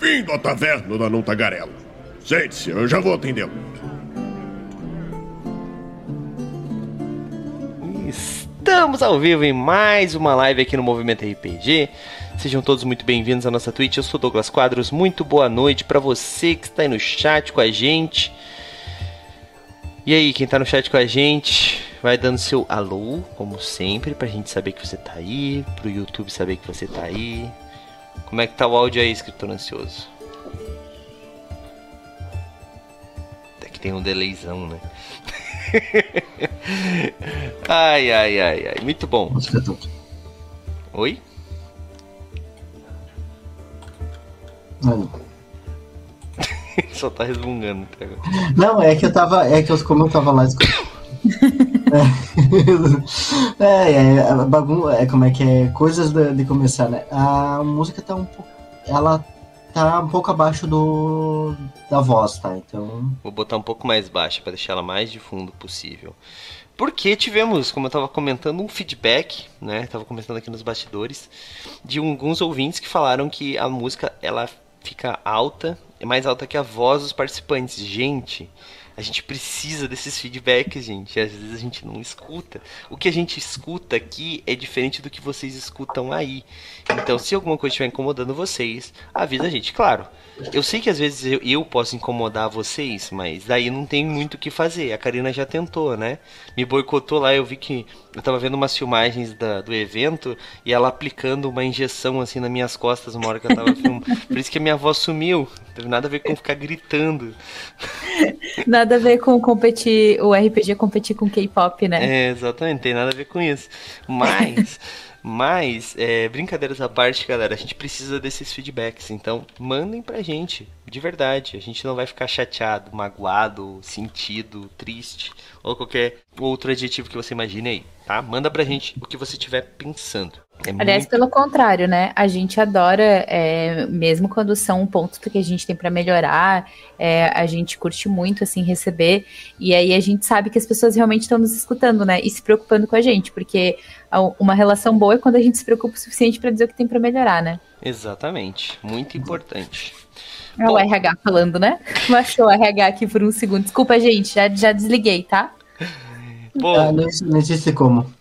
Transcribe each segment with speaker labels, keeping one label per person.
Speaker 1: Bem-vindo à taverna da Não Tagarela. Sente-se, eu já vou atendê-lo.
Speaker 2: Estamos ao vivo em mais uma live aqui no Movimento RPG. Sejam todos muito bem-vindos à nossa Twitch. Eu sou Douglas Quadros. Muito boa noite para você que está aí no chat com a gente. E aí, quem tá no chat com a gente, vai dando seu alô, como sempre, pra gente saber que você tá aí, pro YouTube saber que você tá aí. Como é que tá o áudio aí, escritor ansioso? Até que tem um delayzão, né? Ai, muito bom. Oi? Só tá resmungando.
Speaker 3: Não, como eu tava lá como é que é? Coisas de começar, né? A música tá um pouco. Ela tá um pouco abaixo da voz, tá? Então.
Speaker 2: Vou botar um pouco mais baixa pra deixar ela mais de fundo possível. Porque tivemos, como eu tava comentando, um feedback, né? Tava comentando aqui nos bastidores, de alguns ouvintes que falaram que a música ela fica alta, é mais alta que a voz dos participantes. Gente, a gente precisa desses feedbacks, gente. Às vezes a gente não escuta. O que a gente escuta aqui é diferente do que vocês escutam aí. Então, se alguma coisa estiver incomodando vocês, avisa a gente. Claro, eu sei que às vezes eu posso incomodar vocês, mas daí não tem muito o que fazer. A Karina já tentou, né? Me boicotou lá, eu vi que eu tava vendo umas filmagens do evento e ela aplicando uma injeção assim nas minhas costas uma hora que eu tava filmando. Por isso que a minha voz sumiu. Não teve nada a ver com ficar gritando.
Speaker 4: Nada a ver com competir, o RPG competir com K-pop, né?
Speaker 2: É, exatamente, não tem nada a ver com isso. Mas, brincadeiras à parte, galera, a gente precisa desses feedbacks, então mandem pra gente, de verdade. A gente não vai ficar chateado, magoado, sentido, triste, ou qualquer outro adjetivo que você imagine aí, tá? Manda pra gente o que você estiver pensando.
Speaker 4: Aliás, pelo contrário, né? A gente adora, mesmo quando são pontos que a gente tem pra melhorar, a gente curte muito, assim, receber, e aí a gente sabe que as pessoas realmente estão nos escutando, né? E se preocupando com a gente, porque uma relação boa é quando a gente se preocupa o suficiente pra dizer o que tem pra melhorar, né?
Speaker 2: Exatamente, muito importante.
Speaker 4: É o RH falando, né? Baixou o RH aqui por um segundo. Desculpa, gente, já desliguei, tá?
Speaker 2: Bom,
Speaker 3: não existe como.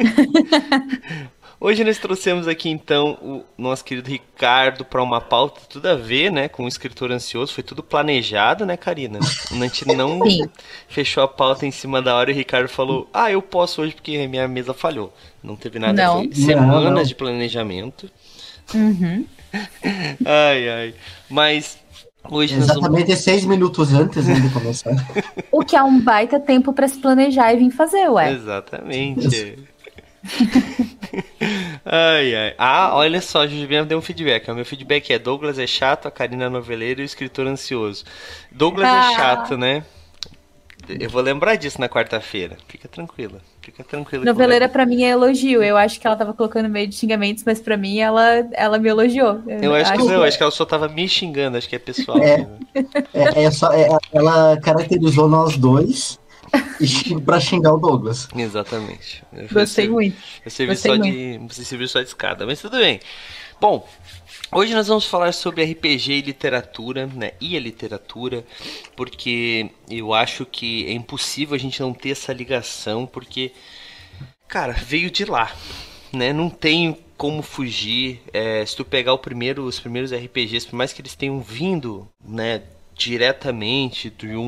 Speaker 2: Hoje nós trouxemos aqui então o nosso querido Ricardo para uma pauta tudo a ver, né, com o escritor ansioso. Foi tudo planejado, né, Karina? A gente não fechou a pauta em cima da hora e o Ricardo falou: eu posso hoje porque minha mesa falhou. Não teve nada, foi semanas de planejamento.
Speaker 4: Uhum.
Speaker 2: Mas hoje
Speaker 3: exatamente 6 minutos antes de começar.
Speaker 4: O que é um baita tempo para se planejar e vir fazer, ué.
Speaker 2: Exatamente. Olha só, a Jujubiana deu um feedback. O meu feedback é: Douglas é chato, a Karina é noveleira e o escritor ansioso. Douglas é chato, né? Eu vou lembrar disso na quarta-feira. Fica tranquila.
Speaker 4: Noveleira pra mim é elogio. Eu acho que ela tava colocando meio de xingamentos, mas pra mim ela me elogiou.
Speaker 2: Eu acho que ela só tava me xingando. Acho que é pessoal.
Speaker 3: Ela caracterizou nós dois pra xingar o Douglas.
Speaker 2: Exatamente.
Speaker 4: Gostei muito.
Speaker 2: Você serviu só de escada, mas tudo bem. Bom, hoje nós vamos falar sobre RPG e literatura, né? E a literatura, porque eu acho que é impossível a gente não ter essa ligação, porque, cara, veio de lá, né? Não tem como fugir. Se tu pegar os primeiros RPGs, por mais que eles tenham vindo, né, diretamente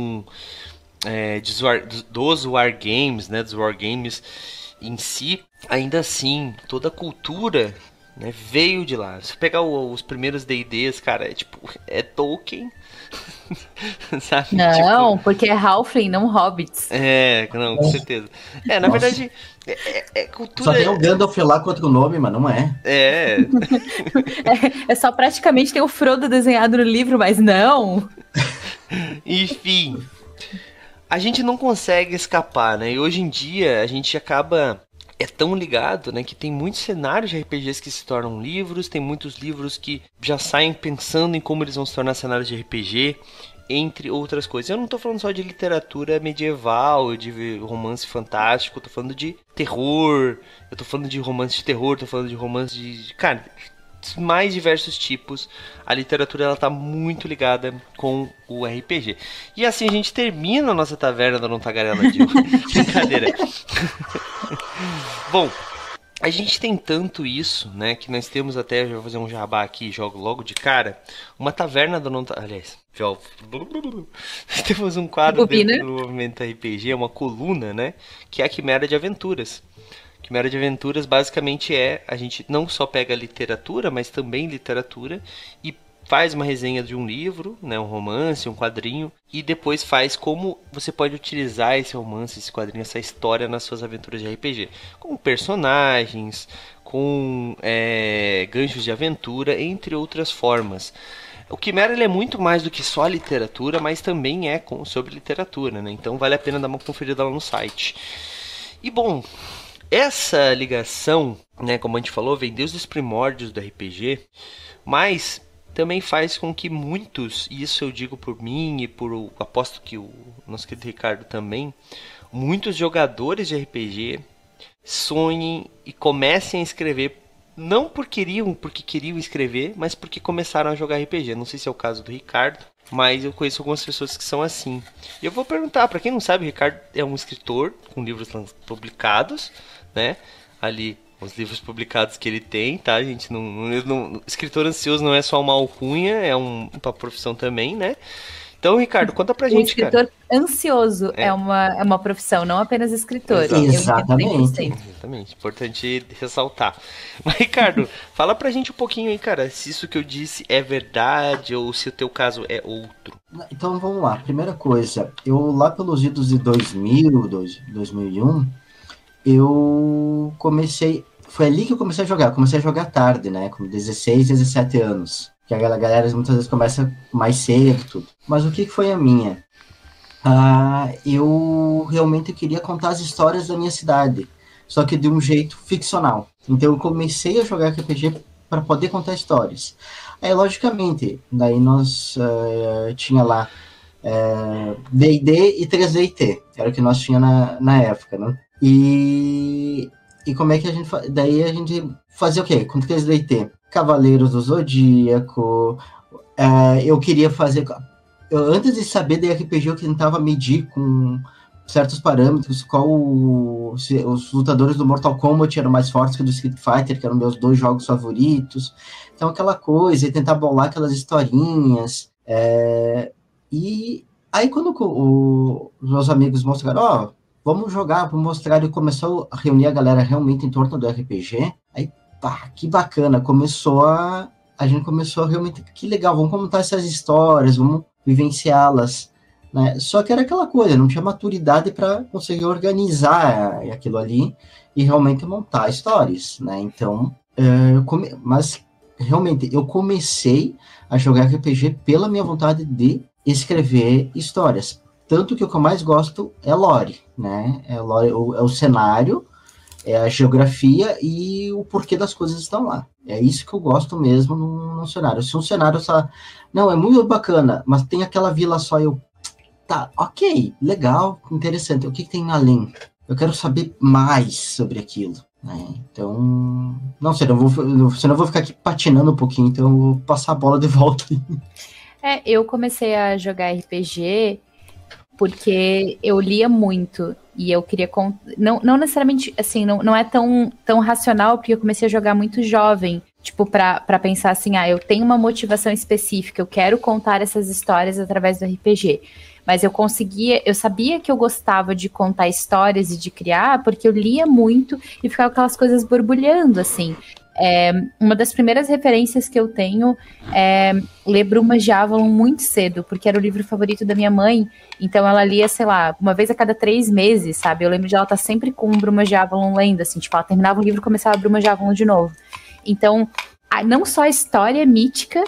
Speaker 2: dos wargames, né, dos wargames em si, ainda assim, toda a cultura, né, veio de lá. Se pegar os primeiros D&Ds, cara, é Tolkien, sabe?
Speaker 4: Não, porque é Halfling, não Hobbits.
Speaker 2: Não, com certeza. Na verdade, cultura...
Speaker 3: Só tem o Gandalf lá com outro nome, mas não é.
Speaker 4: É só praticamente tem o Frodo desenhado no livro, mas não.
Speaker 2: Enfim... A gente não consegue escapar, né? E hoje em dia a gente acaba... É tão ligado, né? Que tem muitos cenários de RPGs que se tornam livros. Tem muitos livros que já saem pensando em como eles vão se tornar cenários de RPG. Entre outras coisas. Eu não tô falando só de literatura medieval, de romance fantástico. Eu tô falando de terror. Eu tô falando de romance de terror. Tô falando de romance de... Cara... mais diversos tipos, a literatura ela tá muito ligada com o RPG. E assim a gente termina a nossa taverna da Não Tagarela de hoje. Brincadeira. Bom, a gente tem tanto isso, né, que nós temos até, já vou fazer um jabá aqui, jogo logo de cara, uma taverna da Não Tagarela, aliás, temos um quadro dentro do movimento RPG, uma coluna, né, que é a Quimera de Aventuras. Quimera de Aventuras basicamente a gente não só pega literatura, mas também literatura e faz uma resenha de um livro, né, um romance, um quadrinho, e depois faz como você pode utilizar esse romance, esse quadrinho, essa história nas suas aventuras de RPG, com personagens, com ganchos de aventura, entre outras formas. O Quimera ele é muito mais do que só literatura, mas também é sobre literatura, né? Então vale a pena dar uma conferida lá no site. E bom, essa ligação, né, como a gente falou, vem desde os primórdios do RPG, mas também faz com que muitos, e isso eu digo por mim e aposto que o nosso querido Ricardo também, muitos jogadores de RPG sonhem e comecem a escrever, não porque queriam escrever, mas porque começaram a jogar RPG. Não sei se é o caso do Ricardo, mas eu conheço algumas pessoas que são assim. E eu vou perguntar, para quem não sabe, o Ricardo é um escritor com livros publicados, né? Ali os livros publicados que ele tem, tá, gente? Escritor ansioso não é só uma alcunha, é uma profissão também, né? Então, Ricardo, conta pra gente, cara.
Speaker 4: Escritor ansioso é uma profissão, não apenas escritor.
Speaker 3: Exatamente.
Speaker 2: Exatamente, importante ressaltar. Mas, Ricardo, fala pra gente um pouquinho aí, cara, se isso que eu disse é verdade ou se o teu caso é outro.
Speaker 3: Então, vamos lá. Primeira coisa, eu lá pelos idos de 2000, 2001, eu comecei... Foi ali que eu comecei a jogar. Comecei a jogar tarde, né? Com 16, 17 anos. Que a galera muitas vezes começa mais cedo, tudo. Mas o que foi a minha? Eu realmente queria contar as histórias da minha cidade. Só que de um jeito ficcional. Então eu comecei a jogar RPG para poder contar histórias. Aí, logicamente, daí nós tinha lá D&D e 3D&T. Era o que nós tinha na época, né? E como é que a gente... Daí a gente fazia o quê? Com 3D&T? Cavaleiros do Zodíaco. Eu queria fazer... antes de saber de RPG, eu tentava medir com certos parâmetros os lutadores do Mortal Kombat eram mais fortes que o do Street Fighter, que eram meus 2 jogos favoritos. Então aquela coisa, tentar bolar aquelas historinhas. E aí quando os meus amigos mostraram, vamos jogar, vamos mostrar, e começou a reunir a galera realmente em torno do RPG, aí, pá, que bacana, a gente começou a realmente, que legal, vamos contar essas histórias, vamos vivenciá-las, né? Só que era aquela coisa, não tinha maturidade para conseguir organizar aquilo ali e realmente montar histórias, né? Então, mas realmente eu comecei a jogar RPG pela minha vontade de escrever histórias. Tanto que o que eu mais gosto é lore, né? É o cenário, é a geografia e o porquê das coisas estão lá. É isso que eu gosto mesmo no cenário. Se um cenário não, é muito bacana, mas tem aquela vila só, tá, ok, legal, interessante. O que tem além? Eu quero saber mais sobre aquilo, né? Então, senão eu vou ficar aqui patinando um pouquinho, então eu vou passar a bola de volta.
Speaker 4: Eu comecei a jogar RPG porque eu lia muito e eu queria... Não necessariamente, assim, não é tão racional, porque eu comecei a jogar muito jovem, tipo, pra pensar assim, eu tenho uma motivação específica, eu quero contar essas histórias através do RPG. Mas eu sabia que eu gostava de contar histórias e de criar, porque eu lia muito e ficava aquelas coisas borbulhando, assim. Uma das primeiras referências que eu tenho é ler Brumas de Avalon muito cedo, porque era o livro favorito da minha mãe, então ela lia, sei lá, uma vez a cada 3 meses, sabe? Eu lembro de ela estar sempre com Brumas de Avalon lendo, assim, tipo, ela terminava o livro e começava Brumas de Avalon de novo. Então, não só a história mítica,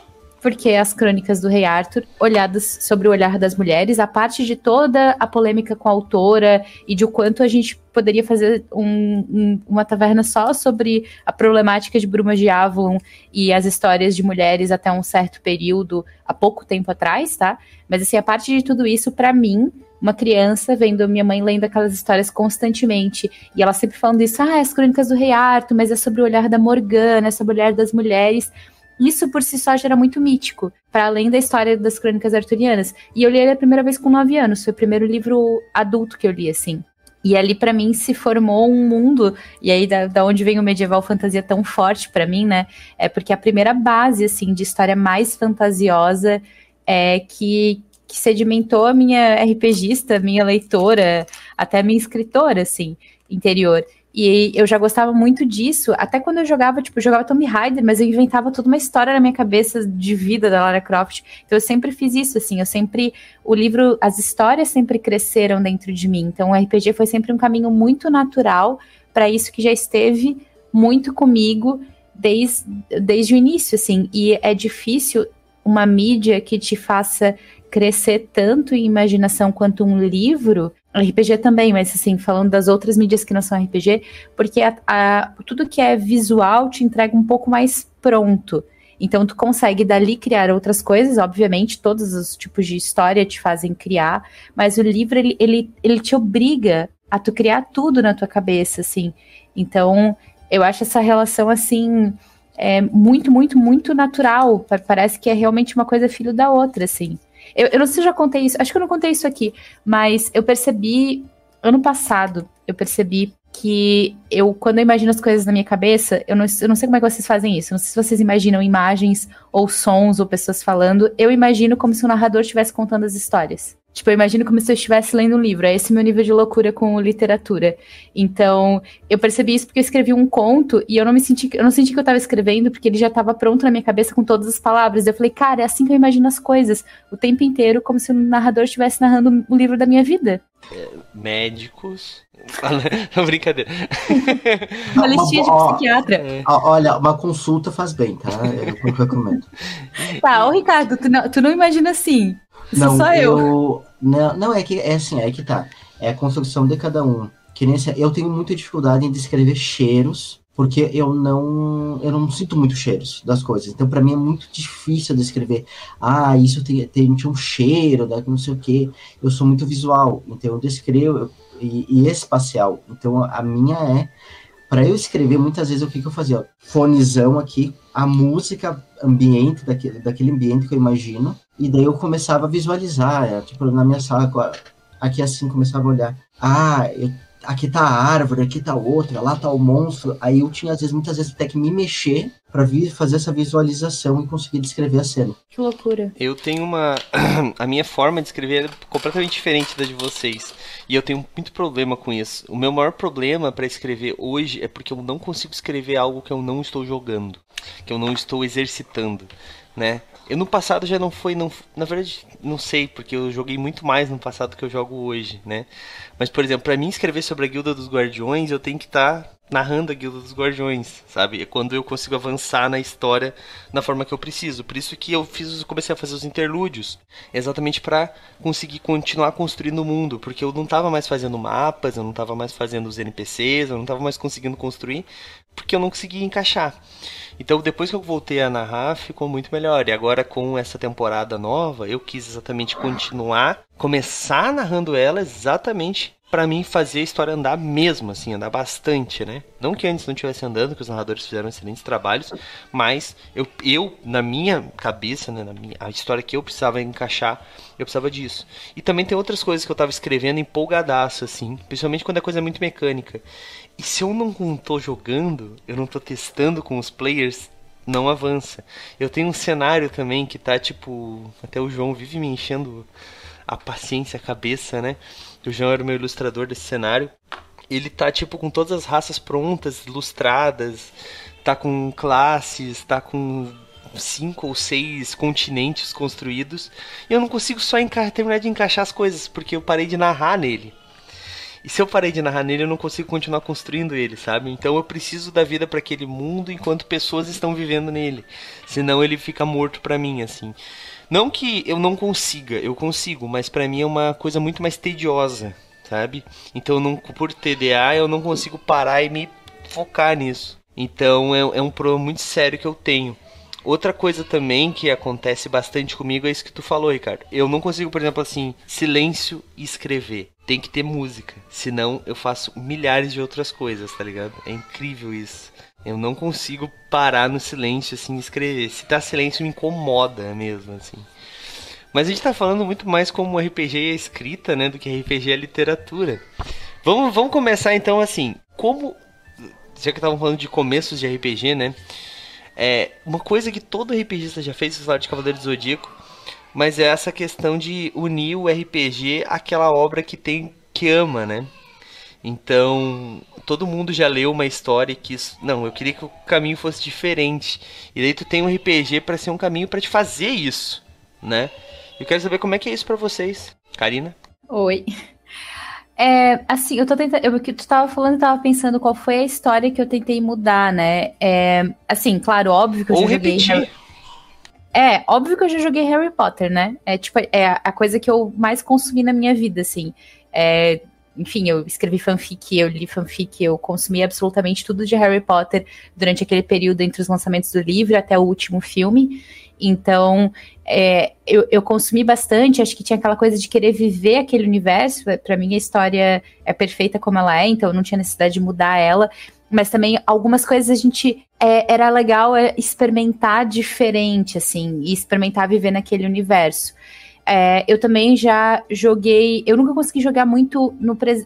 Speaker 4: porque as Crônicas do Rei Arthur, olhadas sobre o olhar das mulheres, a parte de toda a polêmica com a autora e de o quanto a gente poderia fazer uma taverna só sobre a problemática de Brumas de Avalon e as histórias de mulheres até um certo período, há pouco tempo atrás, tá? Mas assim, a parte de tudo isso, pra mim, uma criança vendo minha mãe lendo aquelas histórias constantemente, e ela sempre falando isso, as Crônicas do Rei Arthur, mas é sobre o olhar da Morgana, é sobre o olhar das mulheres. Isso por si só já era muito mítico, para além da história das Crônicas Arturianas. E eu li ele a primeira vez com 9 anos, foi o primeiro livro adulto que eu li, assim. E ali pra mim se formou um mundo, e aí da onde vem o medieval fantasia tão forte pra mim, né? É porque a primeira base, assim, de história mais fantasiosa é que sedimentou a minha RPGista, minha leitora, até minha escritora, assim, interior. E eu já gostava muito disso, até quando eu jogava Tomb Raider, mas eu inventava toda uma história na minha cabeça de vida da Lara Croft. Então eu sempre fiz isso, assim, as histórias sempre cresceram dentro de mim. Então o RPG foi sempre um caminho muito natural para isso que já esteve muito comigo desde o início, assim. E é difícil uma mídia que te faça crescer tanto em imaginação quanto um livro, RPG também, mas assim, falando das outras mídias que não são RPG, porque tudo que é visual te entrega um pouco mais pronto. Então tu consegue dali criar outras coisas, obviamente, todos os tipos de história te fazem criar, mas o livro, ele te obriga a tu criar tudo na tua cabeça, assim. Então, eu acho essa relação, assim, muito, muito, muito natural. Parece que é realmente uma coisa filho da outra, assim. Eu não sei se eu já contei isso, acho que eu não contei isso aqui, mas eu percebi, ano passado, que quando eu imagino as coisas na minha cabeça, eu não sei como é que vocês fazem isso, não sei se vocês imaginam imagens, ou sons, ou pessoas falando, eu imagino como se o narrador estivesse contando as histórias. Tipo, eu imagino como se eu estivesse lendo um livro. É esse meu nível de loucura com literatura. Então, eu percebi isso porque eu escrevi um conto e eu não senti que eu estava escrevendo porque ele já estava pronto na minha cabeça com todas as palavras. Eu falei, cara, é assim que eu imagino as coisas. O tempo inteiro, como se o narrador estivesse narrando o livro da minha vida.
Speaker 2: Médicos... Brincadeira.
Speaker 4: Uma listinha de psiquiatra.
Speaker 3: Olha, uma consulta faz bem, tá? Eu recomendo.
Speaker 4: Tá, Ricardo, tu não imagina assim. Não, só eu.
Speaker 3: Não, é que tá. É a construção de cada um. Que nem eu tenho muita dificuldade em descrever cheiros, porque eu não sinto muito cheiros das coisas. Então, pra mim, é muito difícil descrever. Isso tinha um cheiro, não sei o quê. Eu sou muito visual, então eu descrevo e espacial. Então, a minha para eu escrever, muitas vezes, o que eu fazia? Fonezão aqui, a música ambiente, daquele ambiente que eu imagino, e daí eu começava a visualizar, tipo, na minha sala, aqui assim, começava a olhar, aqui tá a árvore, aqui tá outra, lá tá o monstro, aí eu tinha, muitas vezes, até que me mexer pra fazer essa visualização e conseguir descrever a cena.
Speaker 4: Que loucura.
Speaker 2: Eu tenho a minha forma de escrever é completamente diferente da de vocês, e eu tenho muito problema com isso. O meu maior problema pra escrever hoje é porque eu não consigo escrever algo que eu não estou jogando, que eu não estou exercitando, né? Eu no passado já na verdade, não sei, porque eu joguei muito mais no passado do que eu jogo hoje, né? Mas, por exemplo, pra mim escrever sobre a Guilda dos Guardiões, eu tenho que estar narrando a Guilda dos Guardiões, sabe? É quando eu consigo avançar na história na forma que eu preciso. Por isso que eu comecei a fazer os interlúdios, exatamente pra conseguir continuar construindo o mundo, porque eu não tava mais fazendo mapas, eu não tava mais fazendo os NPCs, eu não tava mais conseguindo construir, porque eu não conseguia encaixar. Então, depois que eu voltei a narrar, ficou muito melhor. E agora, com essa temporada nova, eu quis exatamente começar narrando ela exatamente pra mim fazer a história andar mesmo, assim, andar bastante, né? Não que antes não estivesse andando, que os narradores fizeram excelentes trabalhos, mas eu na minha cabeça, né, a história que eu precisava encaixar, eu precisava disso. E também tem outras coisas que eu tava escrevendo empolgadaço, assim, principalmente quando a coisa é muito mecânica. E se eu não tô jogando, eu não tô testando com os players, não avança. Eu tenho um cenário também que tá, tipo... Até o João vive me enchendo a paciência, a cabeça, né? O João era o meu ilustrador desse cenário. Ele tá, tipo, com todas as raças prontas, ilustradas. Tá com classes, tá com 5 ou 6 continentes construídos. E eu não consigo só terminar de encaixar as coisas, porque eu parei de narrar nele. E se eu parei de narrar nele, eu não consigo continuar construindo ele, sabe? Então eu preciso da vida para aquele mundo enquanto pessoas estão vivendo nele. Senão ele fica morto pra mim, assim. Não que eu não consiga, eu consigo, mas pra mim é uma coisa muito mais tediosa, sabe? Então, por TDA, eu não consigo parar e me focar nisso. Então é um problema muito sério que eu tenho. Outra coisa também que acontece bastante comigo é isso que tu falou, Ricardo. Eu não consigo, por exemplo, assim, silêncio e escrever. Tem que ter música. Senão eu faço milhares de outras coisas, tá ligado? É incrível isso. Eu não consigo parar no silêncio, assim, e escrever. Se tá silêncio, me incomoda mesmo, assim. Mas a gente tá falando muito mais como RPG é escrita, né, do que RPG é literatura. Vamos começar, então, assim, como... Já que estavam falando de começos de RPG, né? Uma coisa que todo RPGista já fez, falar de Cavaleiro do Zodíaco, mas é essa questão de unir o RPG àquela obra que ama, né? Então, todo mundo já leu uma história e quis... Não, eu queria que o caminho fosse diferente. E daí tu tem um RPG pra ser um caminho pra te fazer isso, né? Eu quero saber como é que é isso pra vocês. Karina?
Speaker 4: Oi. Assim, eu tô tentando. O que tu tava falando, eu tava pensando qual foi a história que eu tentei mudar, né? Assim, claro, óbvio que eu já joguei. Óbvio que eu já joguei Harry Potter, né? É a coisa que eu mais consumi na minha vida, assim. Enfim, eu escrevi fanfic, eu li fanfic, eu consumi absolutamente tudo de Harry Potter durante aquele período entre os lançamentos do livro até o último filme. Então, eu consumi bastante, acho que tinha aquela coisa de querer viver aquele universo. Pra mim, a história é perfeita como ela é, então eu não tinha necessidade de mudar ela. Mas também, algumas coisas a gente... era legal experimentar diferente, assim, e experimentar viver naquele universo. Eu também já joguei... Eu nunca consegui jogar muito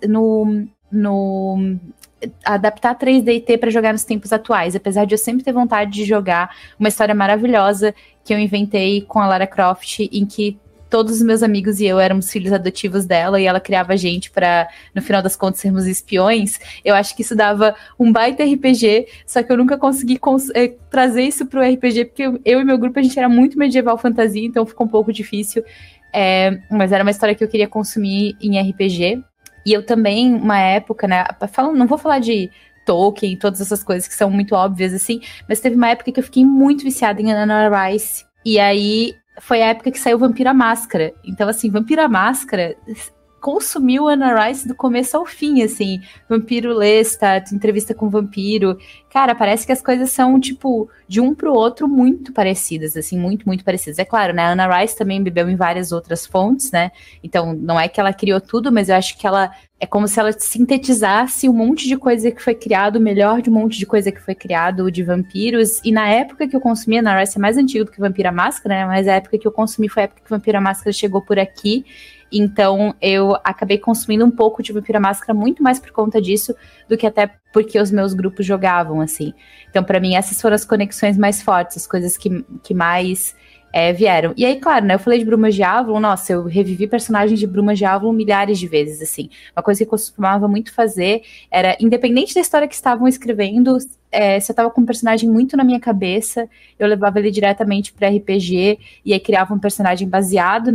Speaker 4: adaptar 3D&T para jogar nos tempos atuais, apesar de eu sempre ter vontade de jogar uma história maravilhosa que eu inventei com a Lara Croft, em que todos os meus amigos e eu éramos filhos adotivos dela, e ela criava a gente para, no final das contas, sermos espiões. Eu acho que isso dava um baita RPG, só que eu nunca consegui trazer isso pro RPG, porque eu e meu grupo, a gente era muito medieval fantasia, então ficou um pouco difícil, mas era uma história que eu queria consumir em RPG. E eu também, uma época, né, não vou falar de Tolkien, todas essas coisas que são muito óbvias, assim, mas teve uma época que eu fiquei muito viciada em Anne Rice, e aí foi a época que saiu Vampiro à Máscara. Então, assim, Vampiro à Máscara consumiu Anne Rice do começo ao fim, assim, Vampiro Lestat, entrevista com vampiro. Cara, parece que as coisas são, tipo, de um pro outro muito parecidas, assim, muito, muito parecidas. É claro, né, a Anne Rice também bebeu em várias outras fontes, né, então não é que ela criou tudo, mas eu acho que ela é como se ela sintetizasse um monte de coisa que foi criado, o melhor de um monte de coisa que foi criado de vampiros. E na época que eu consumi, a Anne Rice é mais antigo do que Vampiro à Máscara, né, mas a época que eu consumi foi a época que Vampiro à Máscara chegou por aqui. Então, eu acabei consumindo um pouco de Vampiro à Máscara muito mais por conta disso do que até porque os meus grupos jogavam, assim. Então, pra mim, essas foram as conexões mais fortes, as coisas que mais vieram. E aí, claro, né, eu falei de Brumas de Avalon, nossa, eu revivi personagens de Brumas de Avalon milhares de vezes, assim. Uma coisa que eu costumava muito fazer era, independente da história que estavam escrevendo, se eu tava com um personagem muito na minha cabeça, eu levava ele diretamente pra RPG e aí criava um personagem baseado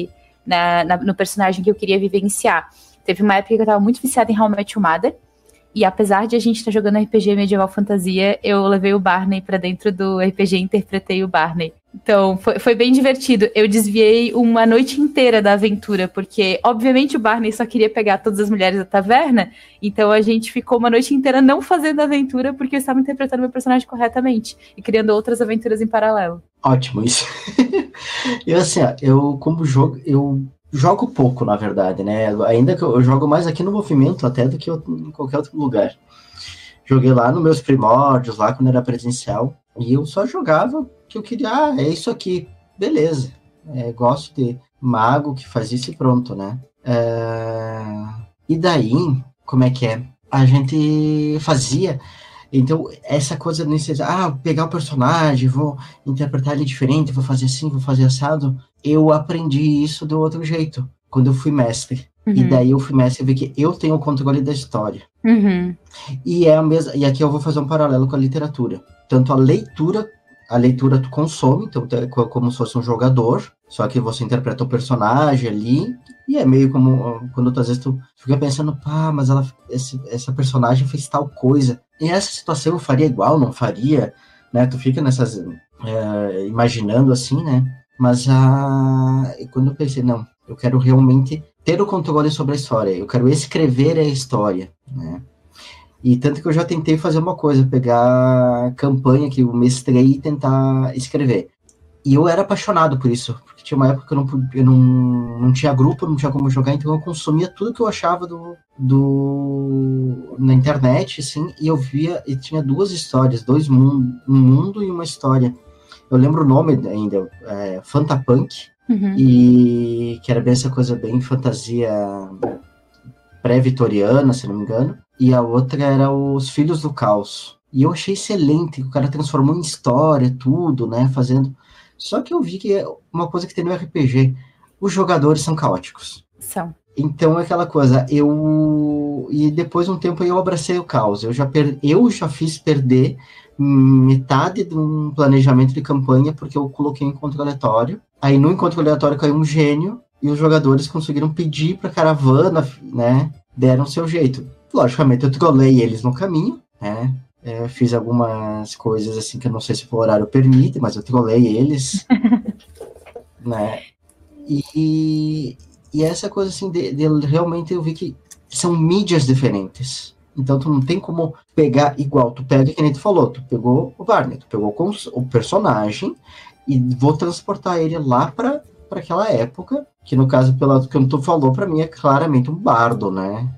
Speaker 4: no personagem que eu queria vivenciar. Teve uma época que eu tava muito viciada em How I Met Your Mother, e apesar de a gente estar jogando RPG medieval fantasia, eu levei o Barney pra dentro do RPG e interpretei o Barney. Então, foi bem divertido. Eu desviei uma noite inteira da aventura, porque, obviamente, o Barney só queria pegar todas as mulheres da taverna, então a gente ficou uma noite inteira não fazendo a aventura, porque eu estava interpretando meu personagem corretamente, e criando outras aventuras em paralelo.
Speaker 3: Ótimo isso. Assim, eu jogo pouco, na verdade, né? Ainda que eu jogo mais aqui no Movimento até do que em qualquer outro lugar. Joguei lá nos meus primórdios, lá quando era presencial, e eu só jogava que eu queria, é isso aqui, beleza. Gosto de mago que faz isso e pronto, né? E daí, como é que é? A gente fazia... Então, essa coisa de pegar o personagem, vou interpretar ele diferente, vou fazer assim, vou fazer assado. Eu aprendi isso de outro jeito, quando eu fui mestre. Uhum. E daí eu fui mestre e vi que eu tenho o controle da história.
Speaker 4: Uhum.
Speaker 3: E aqui eu vou fazer um paralelo com a literatura. Tanto a leitura tu consome, então é como se fosse um jogador, Só que você interpreta o personagem ali, e é meio como quando às vezes tu fica pensando, pá, mas essa personagem fez tal coisa. E essa situação eu faria igual, não faria, né? Tu fica nessas, imaginando assim, né? Mas quando eu pensei, não, eu quero realmente ter o controle sobre a história, eu quero escrever a história, né? E tanto que eu já tentei fazer uma coisa, pegar a campanha que eu mestrei e tentar escrever. E eu era apaixonado por isso, porque tinha uma época que eu não tinha grupo, não tinha como jogar, então eu consumia tudo que eu achava na internet, assim, e eu via, e tinha duas histórias, um mundo e uma história. Eu lembro o nome ainda, Fantapunk, e que era bem essa coisa bem fantasia pré-vitoriana, se não me engano, e a outra era Os Filhos do Caos. E eu achei excelente, o cara transformou em história, tudo, né, fazendo... Só que eu vi que é uma coisa que tem no RPG, os jogadores são caóticos.
Speaker 4: São.
Speaker 3: Então é aquela coisa, e depois de um tempo eu abracei o caos, eu já fiz perder metade de um planejamento de campanha porque eu coloquei um encontro aleatório, aí no encontro aleatório caiu um gênio e os jogadores conseguiram pedir para a caravana, né, deram seu jeito. Logicamente eu trolei eles no caminho, né, fiz algumas coisas assim que eu não sei se o horário permite, mas eu trolei eles, né, e essa coisa assim, de realmente eu vi que são mídias diferentes. Então tu não tem como pegar igual. Tu pega, que nem tu falou, tu pegou o Barney, tu pegou o personagem e vou transportar ele lá para aquela época, que no caso, pelo que tu falou, para mim é claramente um bardo, né?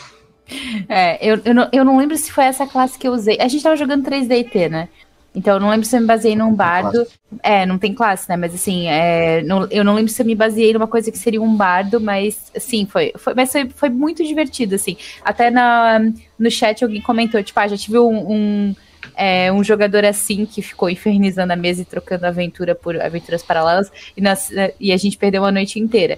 Speaker 4: Eu não lembro se foi essa classe que eu usei. A gente tava jogando 3D&T, né? Então, eu não lembro se eu me baseei num bardo. Não tem classe, né? Mas, assim, eu não lembro se eu me baseei numa coisa que seria um bardo, mas, assim, foi muito divertido, assim. Até no chat alguém comentou, tipo, já tive um jogador assim que ficou infernizando a mesa e trocando aventura por aventuras paralelas e a gente perdeu uma noite inteira.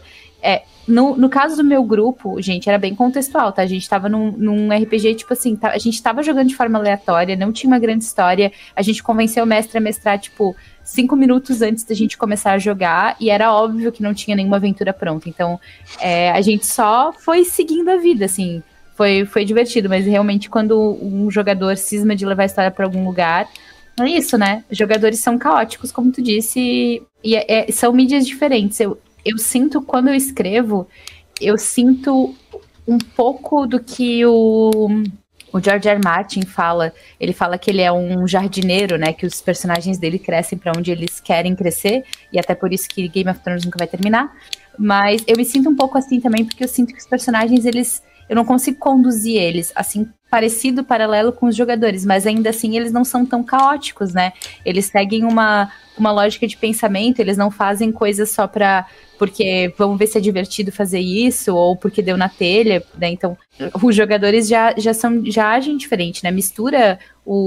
Speaker 4: No caso do meu grupo, gente, era bem contextual, tá? A gente tava num RPG, tipo assim, a gente tava jogando de forma aleatória, não tinha uma grande história, a gente convenceu o mestre a mestrar, tipo, 5 minutos antes da gente começar a jogar, e era óbvio que não tinha nenhuma aventura pronta, então a gente só foi seguindo a vida, assim, foi divertido, mas realmente quando um jogador cisma de levar a história pra algum lugar, é isso, né? Os jogadores são caóticos, como tu disse, e são mídias diferentes. Eu sinto, quando eu escrevo, eu sinto um pouco do que o George R. R. Martin fala. Ele fala que ele é um jardineiro, né? Que os personagens dele crescem para onde eles querem crescer, e até por isso que Game of Thrones nunca vai terminar. Mas eu me sinto um pouco assim também, porque eu sinto que os personagens, eu não consigo conduzir eles, assim, paralelo com os jogadores, mas ainda assim eles não são tão caóticos, né? Eles seguem uma lógica de pensamento, eles não fazem coisas só porque vamos ver se é divertido fazer isso, ou porque deu na telha, né? Então, os jogadores já agem diferente, né? Mistura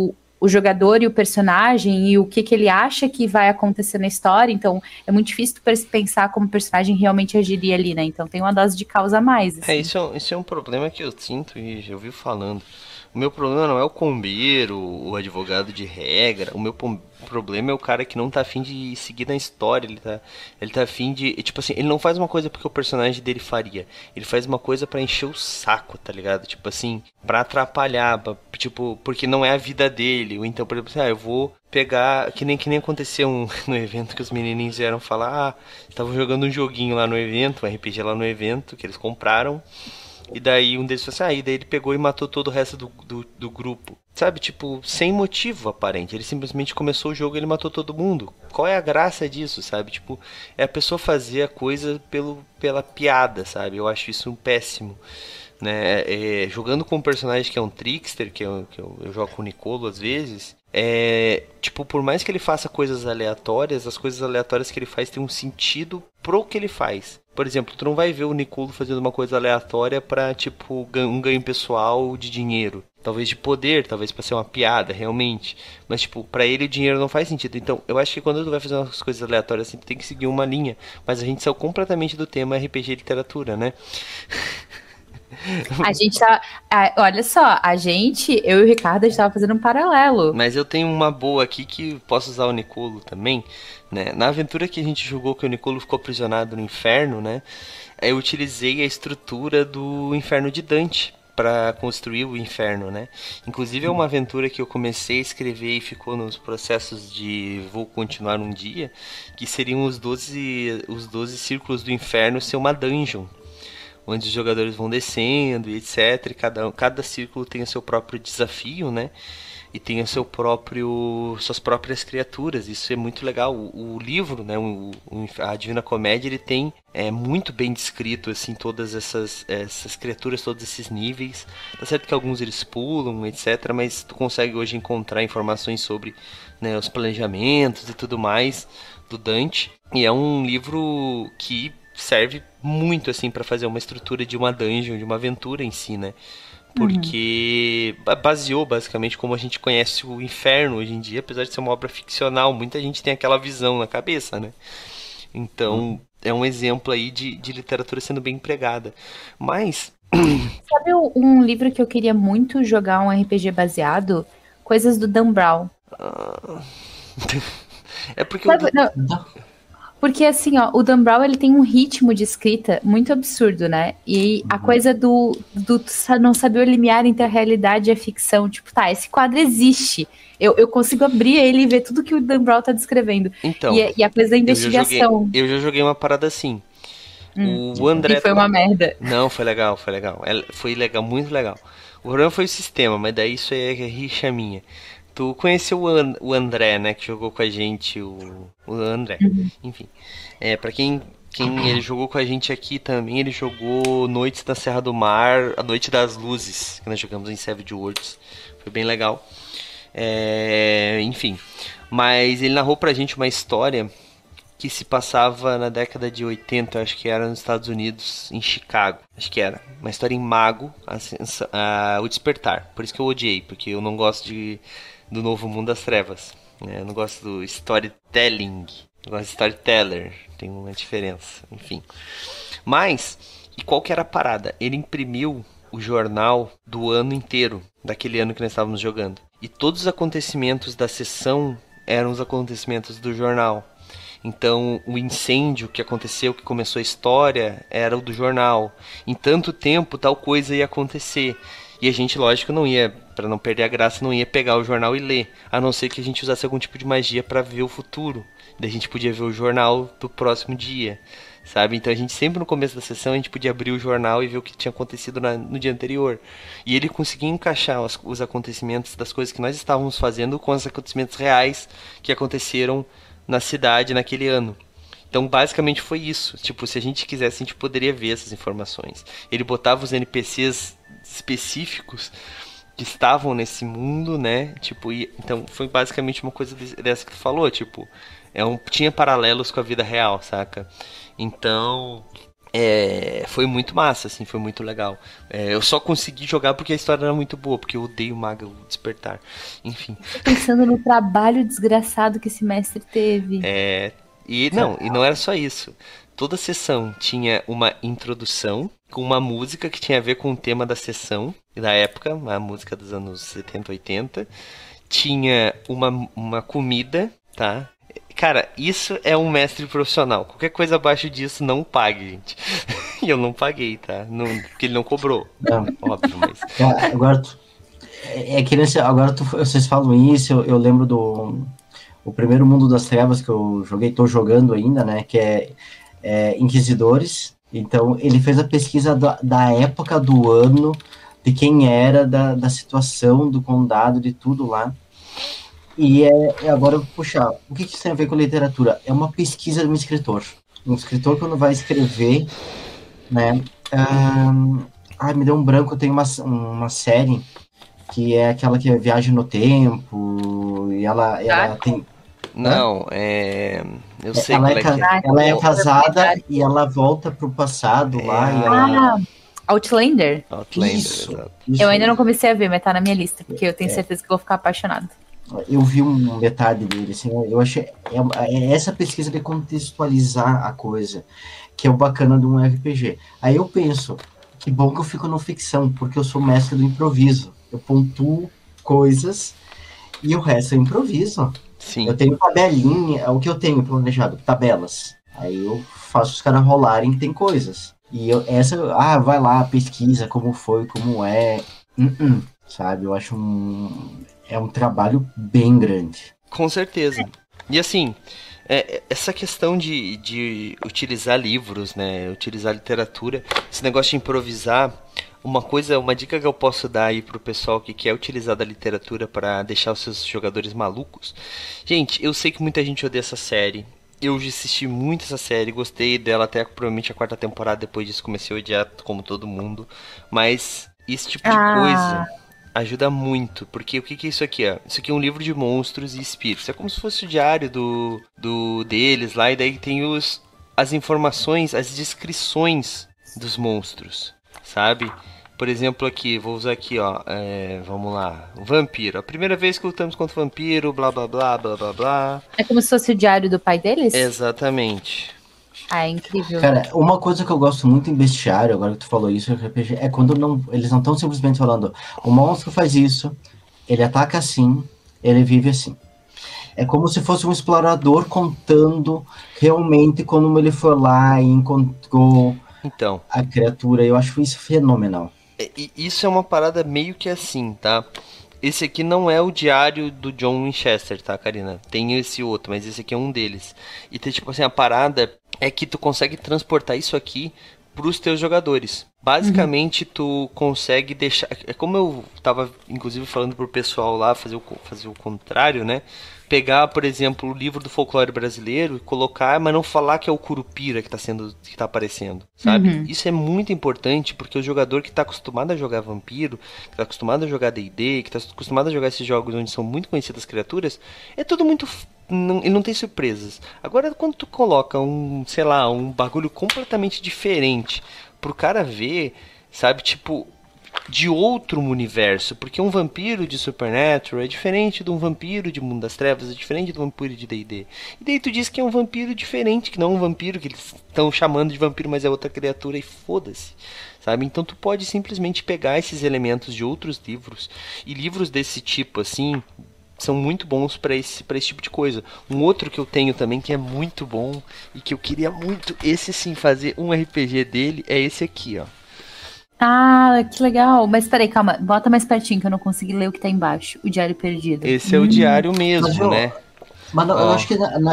Speaker 4: o jogador e o personagem e o que ele acha que vai acontecer na história, então é muito difícil pensar como o personagem realmente agiria ali, né? Então tem uma dose de causa a mais. Assim.
Speaker 2: Isso é um problema que eu sinto e já ouvi falando. O meu problema não é o combeiro, o advogado de regra. O meu problema é o cara que não tá afim de seguir na história. Ele tá afim de... Tipo assim, ele não faz uma coisa porque o personagem dele faria. Ele faz uma coisa pra encher o saco, tá ligado? Tipo assim, pra atrapalhar. Tipo, porque não é a vida dele. Ou então, por exemplo, assim, eu vou pegar... Que nem aconteceu no evento que os menininhos vieram falar. Estavam jogando um joguinho lá no evento, um RPG lá no evento, que eles compraram. E daí um deles falou assim, e daí ele pegou e matou todo o resto do grupo. Sabe, tipo, sem motivo aparente. Ele simplesmente começou o jogo e ele matou todo mundo. Qual é a graça disso, sabe? Tipo, é a pessoa fazer a coisa pela piada, sabe? Eu acho isso um péssimo. Né? Jogando com um personagem que é um trickster, que eu jogo com o Nicolo às vezes... tipo, por mais que ele faça coisas aleatórias, as coisas aleatórias que ele faz têm um sentido pro que ele faz. Por exemplo, tu não vai ver o Nicolo fazendo uma coisa aleatória pra, tipo, um ganho pessoal de dinheiro. Talvez de poder, talvez pra ser uma piada, realmente. Mas, tipo, pra ele o dinheiro não faz sentido. Então, eu acho que quando tu vai fazer umas coisas aleatórias assim, tu tem que seguir uma linha. Mas a gente saiu completamente do tema RPG e literatura, né?
Speaker 4: A gente tá. Olha só, eu e o Ricardo, a gente tava fazendo um paralelo.
Speaker 2: Mas eu tenho uma boa aqui que posso usar o Nicolo também, né? Na aventura que a gente jogou, que o Nicolo ficou aprisionado no inferno, né? Eu utilizei a estrutura do Inferno de Dante para construir o inferno, né? Inclusive é uma aventura que eu comecei a escrever e ficou nos processos de vou continuar um dia, que seriam os 12 círculos do inferno ser uma dungeon, onde os jogadores vão descendo e etc. E cada círculo tem o seu próprio desafio, né? E tem suas próprias criaturas. Isso é muito legal. O livro, né? A Divina Comédia, ele tem muito bem descrito assim todas essas criaturas, todos esses níveis. Tá certo que alguns eles pulam, etc. Mas tu consegue hoje encontrar informações sobre, né, os planejamentos e tudo mais do Dante. E é um livro que serve muito assim para fazer uma estrutura de uma dungeon, de uma aventura em si, né? Porque baseou basicamente como a gente conhece o inferno hoje em dia, apesar de ser uma obra ficcional, muita gente tem aquela visão na cabeça, né? Então é um exemplo aí de literatura sendo bem empregada. Mas
Speaker 4: sabe um livro que eu queria muito jogar um RPG baseado? Coisas do Dan Brown.
Speaker 2: É porque
Speaker 4: sabe, porque assim, ó, o Dan Brown, ele tem um ritmo de escrita muito absurdo, né? E a coisa do não saber o limiar entre a realidade e a ficção. Tipo, tá, esse quadro existe. Eu consigo abrir ele e ver tudo que o Dan Brown tá descrevendo.
Speaker 2: Então,
Speaker 4: e a coisa da investigação.
Speaker 2: Eu já joguei uma parada assim. O André...
Speaker 4: E foi uma merda.
Speaker 2: Não, foi legal. Foi legal, muito legal. O problema foi o sistema, mas daí isso aí é rixa minha. Tu conheceu o André, né, que jogou com a gente, o André, enfim. Pra quem ele jogou com a gente aqui também, ele jogou Noites da Serra do Mar, A Noite das Luzes, que nós jogamos em Savage Worlds. Foi bem legal. Enfim, mas ele narrou pra gente uma história que se passava na década de 80, acho que era nos Estados Unidos, em Chicago. Acho que era. Uma história em Mago, O Despertar. Por isso que eu odiei, porque eu não gosto do Novo Mundo das Trevas. Eu não gosto do storytelling. Eu gosto de storyteller. Tem uma diferença, enfim. Mas, e qual que era a parada? Ele imprimiu o jornal do ano inteiro, daquele ano que nós estávamos jogando. E todos os acontecimentos da sessão eram os acontecimentos do jornal. Então, o incêndio que aconteceu, que começou a história, era o do jornal. Em tanto tempo, tal coisa ia acontecer. E a gente, lógico, não ia, para não perder a graça, não ia pegar o jornal e ler. A não ser que a gente usasse algum tipo de magia para ver o futuro. Daí a gente podia ver o jornal do próximo dia, sabe? Então a gente sempre no começo da sessão, a gente podia abrir o jornal e ver o que tinha acontecido no dia anterior. E ele conseguia encaixar os acontecimentos das coisas que nós estávamos fazendo com os acontecimentos reais que aconteceram na cidade naquele ano. Então basicamente foi isso. Tipo, se a gente quisesse, a gente poderia ver essas informações. Ele botava os NPCs específicos que estavam nesse mundo, né? Tipo, então foi basicamente uma coisa dessa que tu falou, tipo, tinha paralelos com a vida real, saca? Então, foi muito massa, assim, foi muito legal. Eu só consegui jogar porque a história era muito boa, porque eu odeio Maga, o Despertar. Enfim.
Speaker 4: Tô pensando no trabalho desgraçado que esse mestre teve.
Speaker 2: E não era só isso. Toda sessão tinha uma introdução com uma música que tinha a ver com o tema da sessão, da época, a música dos anos 70, 80. Tinha uma comida, tá? Cara, isso é um mestre profissional. Qualquer coisa abaixo disso, não pague, gente. E eu não paguei, tá? Porque ele não cobrou.
Speaker 3: Não.
Speaker 2: Óbvio, mas...
Speaker 3: Agora, vocês falam isso, eu lembro o primeiro Mundo das Trevas que eu joguei, tô jogando ainda, né? Que é Inquisidores. Então, ele fez a pesquisa da época do ano, de quem era, da situação do condado, de tudo lá. E agora eu vou puxar. O que isso tem a ver com literatura? É uma pesquisa de um escritor. Um escritor, quando vai escrever, né? Me deu um branco, tem uma série que é aquela que é Viagem no Tempo, e ela tem...
Speaker 2: Não, eu sei
Speaker 3: ela
Speaker 2: qual é que é.
Speaker 3: Ela é casada e ela volta pro passado lá. E ela...
Speaker 4: Outlander?
Speaker 2: Isso.
Speaker 4: Eu ainda não comecei a ver, mas tá na minha lista, porque eu tenho certeza que vou ficar apaixonado.
Speaker 3: Eu vi metade dele, assim, eu achei... essa pesquisa de contextualizar a coisa, que é o bacana de um RPG. Aí eu penso, que bom que eu fico no ficção, porque eu sou mestre do improviso. Eu pontuo coisas e o resto eu improviso.
Speaker 2: Sim.
Speaker 3: Eu tenho tabelinha, o que eu tenho planejado? Tabelas. Aí eu faço os caras rolarem que tem coisas. E vai lá, pesquisa como foi, como é. Sabe? Eu acho é um trabalho bem grande.
Speaker 2: Com certeza. E assim, essa questão de utilizar livros, né? Utilizar literatura, esse negócio de improvisar, uma dica que eu posso dar aí pro pessoal que quer utilizar da literatura para deixar os seus jogadores malucos. Gente, eu sei que muita gente odeia essa série. Eu já assisti muito essa série, gostei dela até provavelmente a 4ª temporada, depois disso comecei a odiar como todo mundo. Mas esse tipo de coisa ajuda muito, porque o que é isso aqui? Ó? Isso aqui é um livro de monstros e espíritos. É como se fosse o diário deles lá, e daí tem as informações, as descrições dos monstros, sabe? Por exemplo, aqui, vou usar aqui, ó, vamos lá, vampiro. A primeira vez que lutamos contra o vampiro, blá, blá, blá, blá, blá, blá.
Speaker 4: É como se fosse o diário do pai deles?
Speaker 2: Exatamente.
Speaker 4: Ah, é incrível.
Speaker 3: Cara, uma coisa que eu gosto muito em bestiário, agora que tu falou isso, RPG, é quando eles não estão simplesmente falando, o monstro faz isso, ele ataca assim, ele vive assim. É como se fosse um explorador contando realmente como ele foi lá e encontrou a criatura. Eu acho isso fenomenal.
Speaker 2: Isso é uma parada meio que assim, tá? Esse aqui não é o diário do John Winchester, tá, Karina? Tem esse outro, mas esse aqui é um deles. E tem, tipo assim, a parada é que tu consegue transportar isso aqui pros teus jogadores. Basicamente, tu consegue deixar... É como eu tava, inclusive, falando pro pessoal lá, fazer o contrário, né? Pegar, por exemplo, o livro do folclore brasileiro e colocar, mas não falar que é o Curupira que tá aparecendo, sabe? Isso é muito importante, porque o jogador que tá acostumado a jogar vampiro, que tá acostumado a jogar D&D, que tá acostumado a jogar esses jogos onde são muito conhecidas criaturas, é tudo muito... Ele não tem surpresas. Agora, quando tu coloca um bagulho completamente diferente pro cara ver, sabe, tipo, de outro universo, porque um vampiro de Supernatural é diferente de um vampiro de Mundo das Trevas, é diferente de um vampiro de D&D. E daí tu diz que é um vampiro diferente, que não é um vampiro que eles estão chamando de vampiro, mas é outra criatura, e foda-se, sabe? Então tu pode simplesmente pegar esses elementos de outros livros, e livros desse tipo, assim, são muito bons pra esse tipo de coisa. Um outro que eu tenho também, que é muito bom, e que eu queria muito, esse sim, fazer um RPG dele, é esse aqui, ó.
Speaker 4: Ah, que legal. Mas peraí, calma. Bota mais pertinho que eu não consegui ler o que tá embaixo. O Diário Perdido.
Speaker 2: Esse é o diário mesmo, né?
Speaker 3: Mas eu acho que na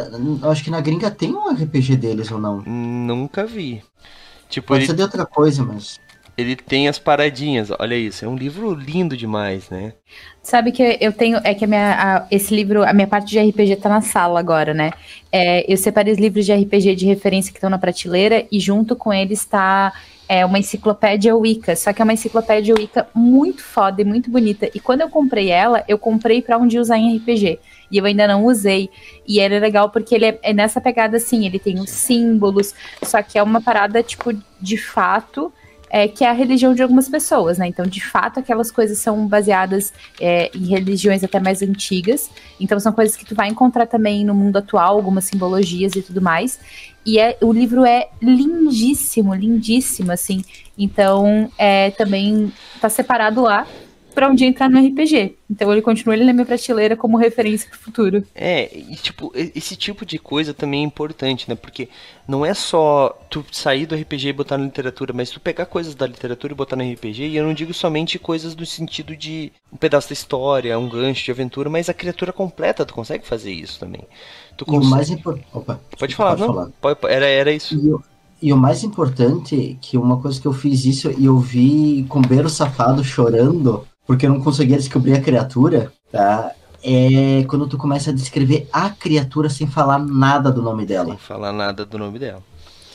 Speaker 3: gringa tem um RPG deles ou não?
Speaker 2: Nunca vi. Tipo,
Speaker 3: pode ser de outra coisa, mas...
Speaker 2: Ele tem as paradinhas, olha isso. É um livro lindo demais, né?
Speaker 4: Sabe que eu tenho... É que esse livro, a minha parte de RPG tá na sala agora, né? Eu separei os livros de RPG de referência que estão na prateleira e junto com eles tá... uma enciclopédia Wicca, só que é uma enciclopédia Wicca muito foda e muito bonita. E quando eu comprei ela, eu comprei pra um dia usar em RPG. E eu ainda não usei. E ele é legal porque ele é nessa pegada assim, ele tem os símbolos, só que é uma parada, tipo, de fato, que é a religião de algumas pessoas, né? Então, de fato, aquelas coisas são baseadas em religiões até mais antigas. Então, são coisas que tu vai encontrar também no mundo atual, algumas simbologias e tudo mais. E o livro é lindíssimo, lindíssimo, assim. Então, também tá separado lá pra um dia entrar no RPG. Então, ele continua ali na minha prateleira como referência pro futuro.
Speaker 2: E tipo, esse tipo de coisa também é importante, né? Porque não é só tu sair do RPG e botar na literatura, mas tu pegar coisas da literatura e botar no RPG, e eu não digo somente coisas no sentido de um pedaço da história, um gancho de aventura, mas a criatura completa, tu consegue fazer isso também.
Speaker 3: O mais importante...
Speaker 2: Pode falar, não? Era isso.
Speaker 3: E o mais importante, que uma coisa que eu fiz isso, e eu vi Combeiro Safado chorando, porque eu não conseguia descobrir a criatura, tá? É quando tu começa a descrever a criatura sem falar nada do nome dela.
Speaker 2: Sem falar nada do nome dela.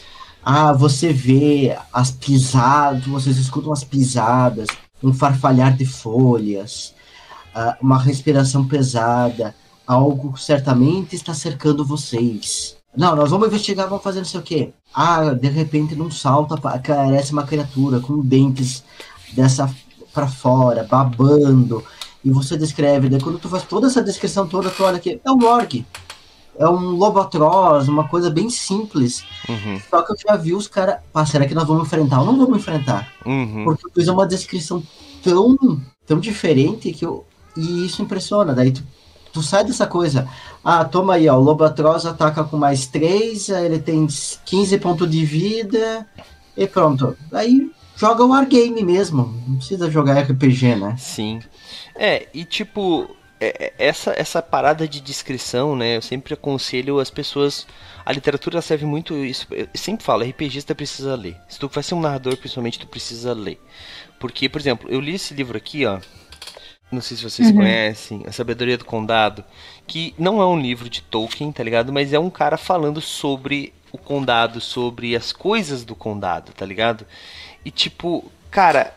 Speaker 3: Você vê as pisadas, vocês escutam as pisadas, um farfalhar de folhas, uma respiração pesada, algo certamente está cercando vocês. Não, nós vamos investigar, vamos fazer não sei o quê. De repente, num salto, aparece uma criatura com dentes dessa pra fora, babando. E você descreve, daí quando tu faz toda essa descrição toda, tu olha aqui, é um orc. é um lobo atroz, uma coisa bem simples. Só que eu já vi os caras, será que nós vamos enfrentar ou não vamos enfrentar? Porque eu fiz uma descrição tão diferente e isso impressiona. Daí tu sai dessa coisa, toma aí, ó, o lobo atroz ataca com mais 3, aí ele tem 15 pontos de vida, e pronto. Aí joga o wargame mesmo, não precisa jogar RPG, né?
Speaker 2: Sim. E tipo, essa parada de descrição, né, eu sempre aconselho as pessoas, a literatura serve muito isso, eu sempre falo, RPGista precisa ler. Se tu vai ser um narrador, principalmente, tu precisa ler. Porque, por exemplo, eu li esse livro aqui, ó, não sei se vocês conhecem, A Sabedoria do Condado, que não é um livro de Tolkien, tá ligado? Mas é um cara falando sobre o condado, sobre as coisas do condado, tá ligado? E tipo, cara,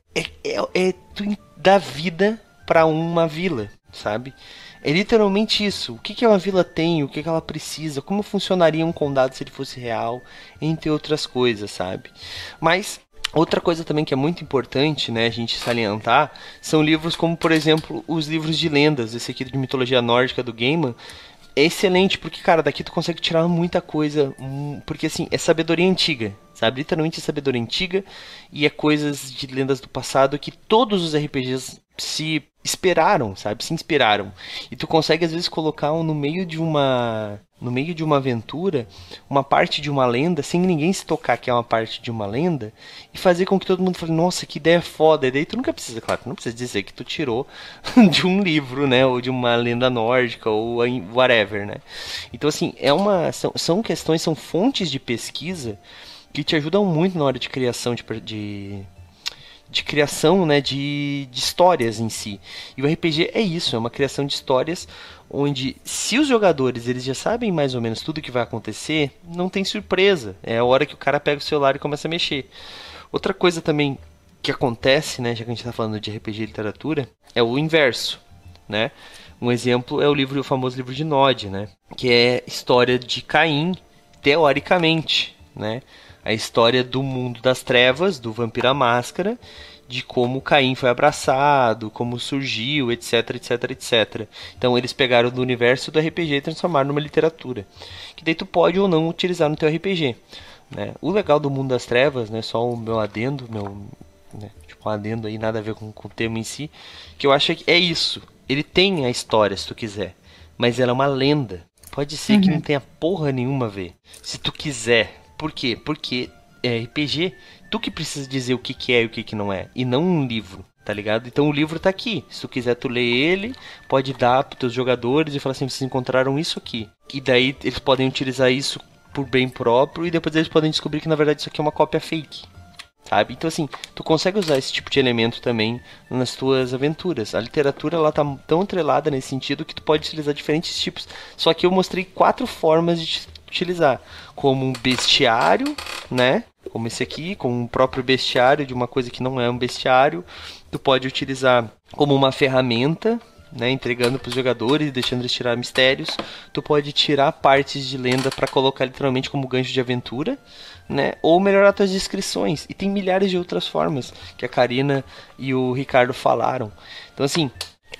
Speaker 2: tu dá vida pra uma vila, sabe? É literalmente isso. O que uma vila tem, o que ela precisa, como funcionaria um condado se ele fosse real, entre outras coisas, sabe? Mas outra coisa também que é muito importante, né, a gente salientar, são livros como, por exemplo, os livros de lendas. Esse aqui de mitologia nórdica do Gaiman é excelente, porque, cara, daqui tu consegue tirar muita coisa, porque, assim, é sabedoria antiga, sabe? Literalmente é sabedoria antiga e é coisas de lendas do passado que todos os RPGs se esperaram, sabe? Se inspiraram. E tu consegue, às vezes, colocar no meio de uma aventura, uma parte de uma lenda, sem ninguém se tocar que é uma parte de uma lenda, e fazer com que todo mundo fale, nossa, que ideia foda. E daí tu nunca precisa, claro, tu não precisa dizer que tu tirou de um livro, né, ou de uma lenda nórdica, ou whatever, né. Então, assim, são questões, são fontes de pesquisa que te ajudam muito na hora de criação de criação, né, de histórias em si. E o RPG é isso, é uma criação de histórias onde, se os jogadores eles já sabem mais ou menos tudo o que vai acontecer, não tem surpresa. É a hora que o cara pega o celular e começa a mexer. Outra coisa também que acontece, né, já que a gente está falando de RPG e literatura, é o inverso, né? Um exemplo é o famoso livro de Nod, né, que é história de Caim, teoricamente, né? A história do mundo das trevas, do Vampiro à Máscara, de como Caim foi abraçado, como surgiu, etc, etc, etc. Então eles pegaram do universo do RPG e transformaram numa literatura, que daí tu pode ou não utilizar no teu RPG, né? O legal do mundo das trevas, né, só o meu adendo, né, tipo um adendo aí, nada a ver com o tema em si, que eu acho que é isso. Ele tem a história, se tu quiser, mas ela é uma lenda. Pode ser que não tenha porra nenhuma a ver, se tu quiser. Por quê? Porque é RPG, tu que precisa dizer o que é e o que não é, e não um livro, tá ligado? Então o livro tá aqui, se tu quiser tu lê ele, pode dar pros teus jogadores e falar assim, vocês encontraram isso aqui. E daí eles podem utilizar isso por bem próprio, e depois eles podem descobrir que na verdade isso aqui é uma cópia fake, sabe? Então assim, tu consegue usar esse tipo de elemento também nas tuas aventuras. A literatura, ela tá tão atrelada nesse sentido que tu pode utilizar diferentes tipos. Só que eu mostrei 4 formas de utilizar, como um bestiário, né? Como esse aqui, como um próprio bestiário de uma coisa que não é um bestiário. Tu pode utilizar como uma ferramenta, né? Entregando para os jogadores, deixando eles tirar mistérios. Tu pode tirar partes de lenda para colocar literalmente como gancho de aventura, né? Ou melhorar tuas descrições. E tem milhares de outras formas que a Karina e o Ricardo falaram. Então assim,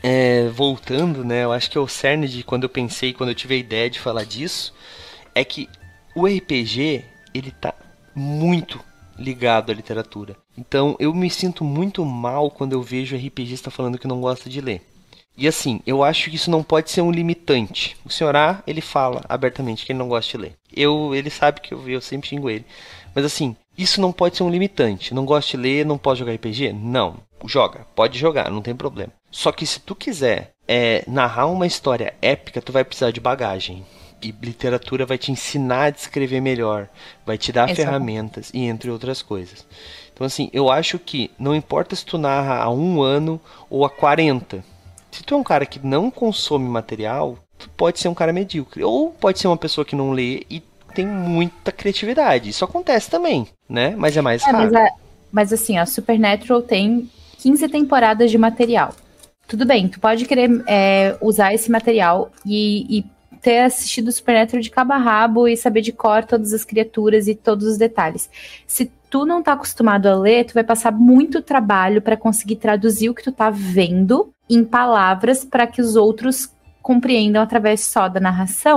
Speaker 2: voltando, né? Eu acho que é o cerne de quando eu tive a ideia de falar disso, é que o RPG, ele tá muito ligado à literatura. Então, eu me sinto muito mal quando eu vejo RPGista falando que não gosta de ler. E assim, eu acho que isso não pode ser um limitante. O Sr. A, ele fala abertamente que ele não gosta de ler. Ele sabe que eu sempre xingo ele. Mas assim, isso não pode ser um limitante. Não gosta de ler, não pode jogar RPG? Não. Joga, pode jogar, não tem problema. Só que se tu quiser narrar uma história épica, tu vai precisar de bagagem. E literatura vai te ensinar a descrever melhor, vai te dar ferramentas, e entre outras coisas. Então assim, eu acho que não importa se tu narra há 1 ano ou há 40. Se tu é um cara que não consome material, tu pode ser um cara medíocre. Ou pode ser uma pessoa que não lê e tem muita criatividade. Isso acontece também, né? Mas é mais raro.
Speaker 4: Mas assim, a Supernatural tem 15 temporadas de material. Tudo bem, tu pode querer usar esse material e ter assistido Supernatural de cabo a rabo e saber de cor todas as criaturas e todos os detalhes. Se tu não tá acostumado a ler, tu vai passar muito trabalho para conseguir traduzir o que tu tá vendo em palavras para que os outros compreendam através só da narração.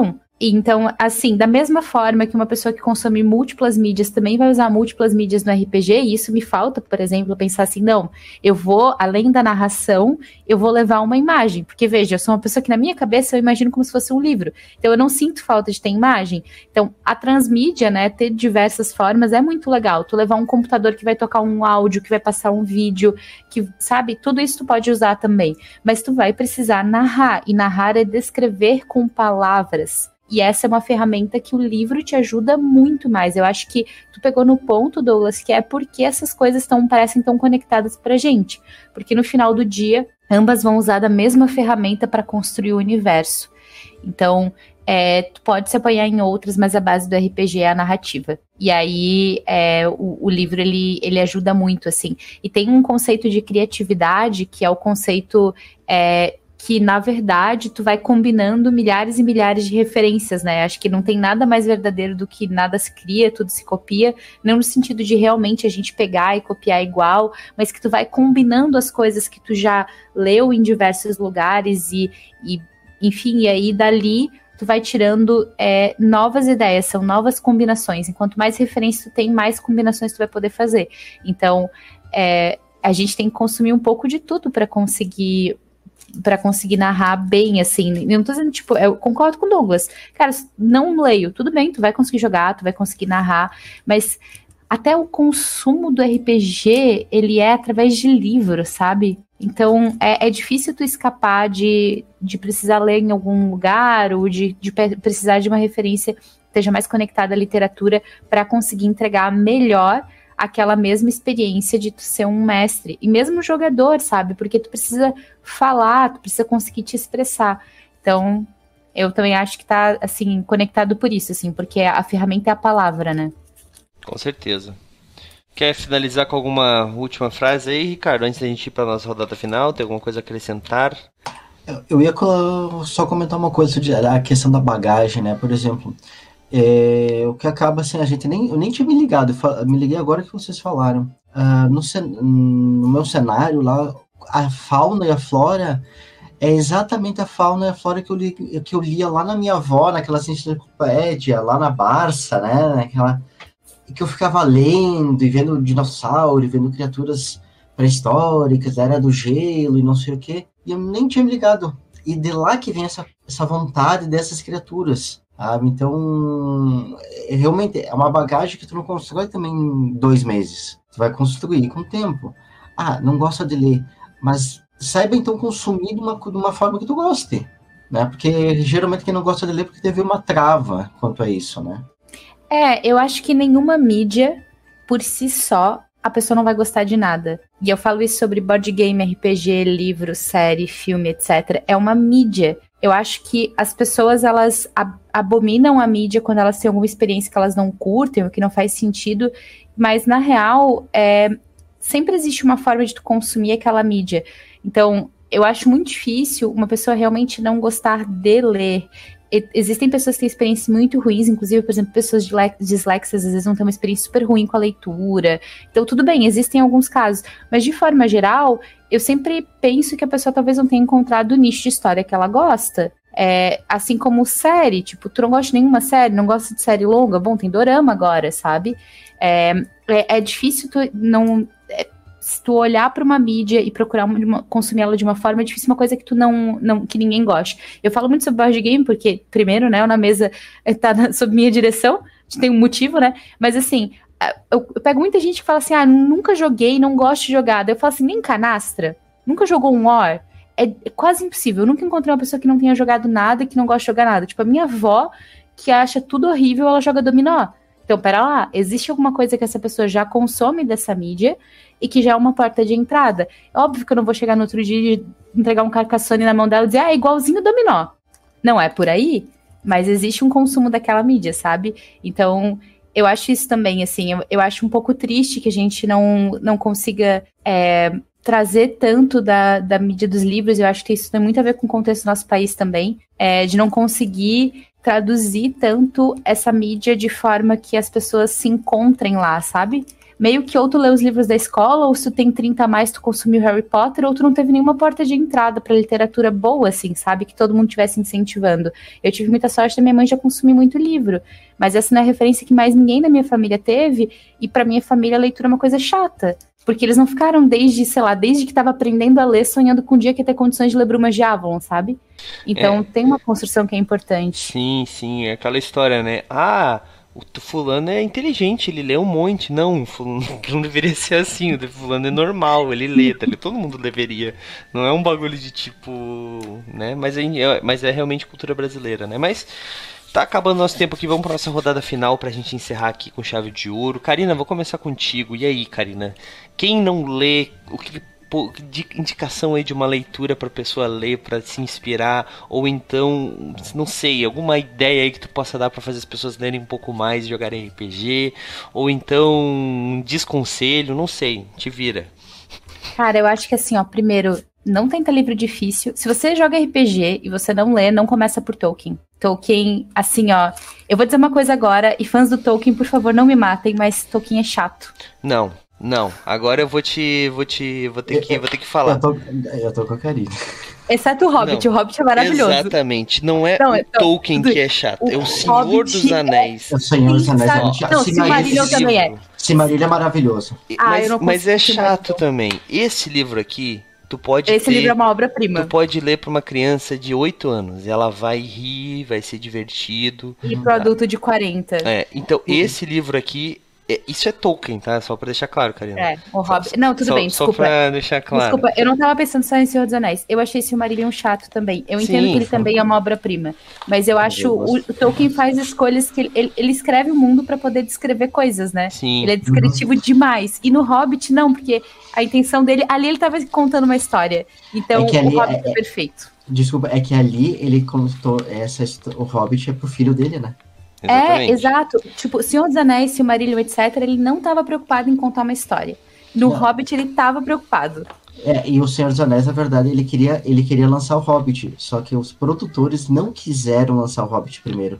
Speaker 4: Então, assim, da mesma forma que uma pessoa que consome múltiplas mídias também vai usar múltiplas mídias no RPG, e isso me falta, por exemplo, pensar assim, não, eu vou, além da narração, eu vou levar uma imagem, porque veja, eu sou uma pessoa que na minha cabeça eu imagino como se fosse um livro, então eu não sinto falta de ter imagem. Então, a transmídia, né, ter diversas formas é muito legal, tu levar um computador que vai tocar um áudio, que vai passar um vídeo, que, sabe, tudo isso tu pode usar também, mas tu vai precisar narrar, e narrar é descrever com palavras. E essa é uma ferramenta que o livro te ajuda muito mais. Eu acho que tu pegou no ponto, Douglas, que é porque essas coisas parecem tão conectadas pra gente. Porque no final do dia, ambas vão usar da mesma ferramenta para construir o universo. Então, tu pode se apoiar em outras, mas a base do RPG é a narrativa. E aí, o livro, ele ajuda muito, assim. E tem um conceito de criatividade, que é o conceito... que, na verdade, tu vai combinando milhares e milhares de referências, né? Acho que não tem nada mais verdadeiro do que nada se cria, tudo se copia, não no sentido de realmente a gente pegar e copiar igual, mas que tu vai combinando as coisas que tu já leu em diversos lugares e enfim, e aí dali tu vai tirando novas ideias, são novas combinações. Enquanto mais referência tu tem, mais combinações tu vai poder fazer. Então, a gente tem que consumir um pouco de tudo para conseguir narrar bem, assim. Eu não tô dizendo, tipo, eu concordo com o Douglas. Cara, não leio, tudo bem, tu vai conseguir jogar, tu vai conseguir narrar, mas até o consumo do RPG, ele é através de livro, sabe? Então, é difícil tu escapar de precisar ler em algum lugar ou de precisar de uma referência que esteja mais conectada à literatura para conseguir entregar melhor aquela mesma experiência de tu ser um mestre. E mesmo jogador, sabe? Porque tu precisa falar, tu precisa conseguir te expressar. Então, eu também acho que tá, assim, conectado por isso, assim, porque a ferramenta é a palavra, né?
Speaker 2: Com certeza. Quer finalizar com alguma última frase aí, Ricardo, antes da gente ir para nossa rodada final? Tem alguma coisa a acrescentar?
Speaker 3: Eu ia só comentar uma coisa sobre a questão da bagagem, né? Por exemplo, o que acaba assim, eu nem tinha me ligado, me liguei agora que vocês falaram. No meu cenário lá, a fauna e a flora é exatamente a fauna e a flora que eu lia lá na minha avó, naquelas enciclopédias, lá na Barça, né? Que eu ficava lendo e vendo dinossauro, e vendo criaturas pré-históricas, era do gelo e não sei o quê, e eu nem tinha me ligado. E de lá que vem essa vontade dessas criaturas, sabe? Então, realmente, é uma bagagem que tu não constrói também em 2 meses. Tu vai construir com o tempo. Não gosta de ler, mas saiba então consumir de uma forma que tu goste, né? Porque geralmente quem não gosta de ler porque teve uma trava quanto a isso, né?
Speaker 4: Eu acho que nenhuma mídia, por si só, a pessoa não vai gostar de nada. E eu falo isso sobre board game, RPG, livro, série, filme, etc. É uma mídia. Eu acho que as pessoas, elas abominam a mídia quando elas têm alguma experiência que elas não curtem, ou que não faz sentido. Mas, na real, sempre existe uma forma de tu consumir aquela mídia. Então, eu acho muito difícil uma pessoa realmente não gostar de ler. Existem pessoas que têm experiências muito ruins, inclusive, por exemplo, pessoas disléxicas, às vezes vão ter uma experiência super ruim com a leitura. Então, tudo bem, existem alguns casos. Mas, de forma geral, eu sempre penso que a pessoa talvez não tenha encontrado o nicho de história que ela gosta. Assim como série, tipo, tu não gosta de nenhuma série, não gosta de série longa? Bom, tem dorama agora, sabe? É difícil tu não... Se tu olhar para uma mídia e procurar consumir ela de uma forma, é difícil uma coisa que tu que ninguém goste. Eu falo muito sobre board game porque, primeiro, né, eu na mesa tá sob minha direção, tem um motivo, né, mas assim, eu pego muita gente que fala assim, nunca joguei, não gosto de jogar. Daí eu falo assim, nem canastra? Nunca jogou um War? É quase impossível. Eu nunca encontrei uma pessoa que não tenha jogado nada e que não gosta de jogar nada. Tipo, a minha avó, que acha tudo horrível, ela joga dominó. Então, pera lá, existe alguma coisa que essa pessoa já consome dessa mídia e que já é uma porta de entrada. É óbvio que eu não vou chegar no outro dia e entregar um Carcassonne na mão dela e dizer, é igualzinho dominó. Não é por aí, mas existe um consumo daquela mídia, sabe? Então, eu acho isso também, assim, eu acho um pouco triste que a gente não consiga trazer tanto da mídia dos livros. Eu acho que isso tem muito a ver com o contexto do nosso país também, de não conseguir traduzir tanto essa mídia de forma que as pessoas se encontrem lá, sabe? meio que ou tu lê os livros da escola, ou se tu tem 30 a mais, tu consumiu Harry Potter, ou tu não teve nenhuma porta de entrada pra literatura boa, assim, sabe? Que todo mundo tivesse incentivando. Eu tive muita sorte da minha mãe já consumir muito livro, mas essa não é a referência que mais ninguém da minha família teve, e pra minha família a leitura é uma coisa chata. Porque eles não ficaram desde que tava aprendendo a ler, sonhando com um dia que ia ter condições de ler Brumas de Avalon, sabe? Então tem uma construção que é importante.
Speaker 2: Sim, é aquela história, né? O fulano é inteligente, ele lê um monte. Não, fulano não deveria ser assim, o fulano é normal, ele lê, tá ligado? Todo mundo deveria. Não é um bagulho de tipo, né? Mas é realmente cultura brasileira, né? Mas tá acabando nosso tempo aqui, vamos pra nossa rodada final pra gente encerrar aqui com chave de ouro. Karina, vou começar contigo. E aí, Karina? Quem não lê, o que indicação aí de uma leitura pra pessoa ler, pra se inspirar, ou então, não sei, alguma ideia aí que tu possa dar pra fazer as pessoas lerem um pouco mais e jogarem RPG, ou então um desconselho, não sei, te vira.
Speaker 4: Cara, eu acho que assim, ó, primeiro, não tenta livro difícil. Se você joga RPG e você não lê, não começa por Tolkien. Tolkien, assim, ó, eu vou dizer uma coisa agora, e fãs do Tolkien, por favor, não me matem, mas Tolkien é chato.
Speaker 2: Não, agora eu vou ter que falar.
Speaker 3: Eu tô com a Karina.
Speaker 4: Exceto o Hobbit, o Hobbit é maravilhoso.
Speaker 2: Exatamente, não é o Tolkien que é chato, é o Senhor
Speaker 4: Hobbit
Speaker 2: dos Anéis.
Speaker 3: O Senhor dos Anéis é
Speaker 4: Não, Silmarillion também é.
Speaker 3: Silmarillion é maravilhoso.
Speaker 2: Mas é chato também. Esse livro aqui,
Speaker 4: Esse livro é uma obra-prima.
Speaker 2: Tu pode ler pra uma criança de 8 anos, ela vai rir, vai ser divertido.
Speaker 4: E pro adulto de 40.
Speaker 2: Então esse livro aqui, isso é Tolkien, tá? Só pra deixar claro, Karina.
Speaker 4: O Hobbit. Não, tudo bem, desculpa.
Speaker 2: Só pra deixar claro.
Speaker 4: Desculpa, eu não tava pensando só em Senhor dos Anéis. Eu achei Silmarillion chato também. Eu entendo que ele também é uma obra-prima. Mas eu acho o Tolkien faz escolhas que ele escreve o mundo pra poder descrever coisas, né?
Speaker 2: Sim.
Speaker 4: Ele é descritivo demais. E no Hobbit, não, porque a intenção dele... Ali ele tava contando uma história. Então, o Hobbit é perfeito.
Speaker 3: Desculpa, é que ali ele contou o Hobbit é pro filho dele, né?
Speaker 2: Exatamente.
Speaker 4: Exato. Tipo, Senhor dos Anéis, Silmarillion, etc., ele não estava preocupado em contar uma história. No Hobbit, ele estava preocupado.
Speaker 3: E o Senhor dos Anéis, na verdade, ele queria lançar o Hobbit, só que os produtores não quiseram lançar o Hobbit primeiro.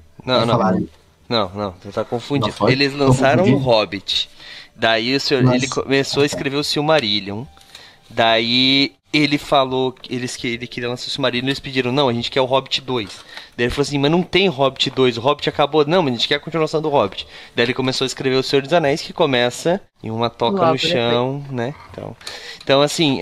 Speaker 2: Não, tu tá confundindo. Eles lançaram o Hobbit. Daí ele começou a escrever o Silmarillion. Daí ele falou que ele queria lançar o Silmarillion, eles pediram, não, a gente quer o Hobbit 2. Daí ele falou assim, mas não tem Hobbit 2, o Hobbit acabou. Não, mas a gente quer a continuação do Hobbit. Daí ele começou a escrever o Senhor dos Anéis, que começa em uma toca no chão, né? Então assim,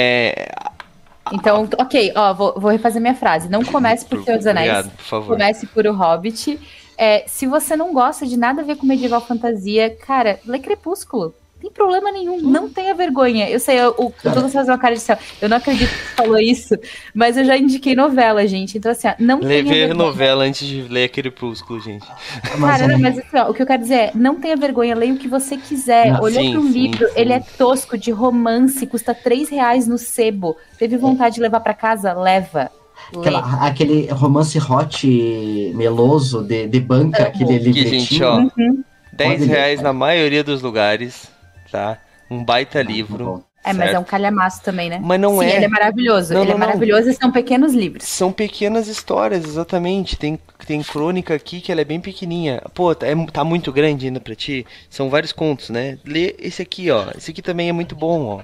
Speaker 4: Então, ok, ó, vou refazer minha frase. Não comece por Senhor dos Anéis.
Speaker 2: Obrigado, por favor.
Speaker 4: Comece por o Hobbit. Se você não gosta de nada a ver com medieval fantasia, cara, lê Crepúsculo. Tem problema nenhum, não tenha vergonha. Eu sei, o Douglas faz uma cara de céu. Eu não acredito que você falou isso, mas eu já indiquei novela, gente. Então, assim, não tenha vergonha.
Speaker 2: Ver novela antes de ler Crepúsculo, gente.
Speaker 4: Cara, mas assim, ó, o que eu quero dizer é, não tenha vergonha, leia o que você quiser. Olhou para um livro, ele é tosco, de romance, custa R$3 no sebo. Teve vontade de levar para casa? Leva.
Speaker 3: Aquele romance hot, meloso, de banca, aquele livretinho.
Speaker 2: Gente, ó, R$10 na maioria dos lugares. Tá? Um baita livro.
Speaker 4: Mas é um calhamaço também, né?
Speaker 2: Mas não
Speaker 4: ele é maravilhoso. Ele é maravilhoso e são pequenos livros.
Speaker 2: São pequenas histórias, exatamente. Tem crônica aqui que ela é bem pequenininha. Pô, tá muito grande ainda pra ti. São vários contos, né? Lê esse aqui, ó. Esse aqui também é muito bom, ó.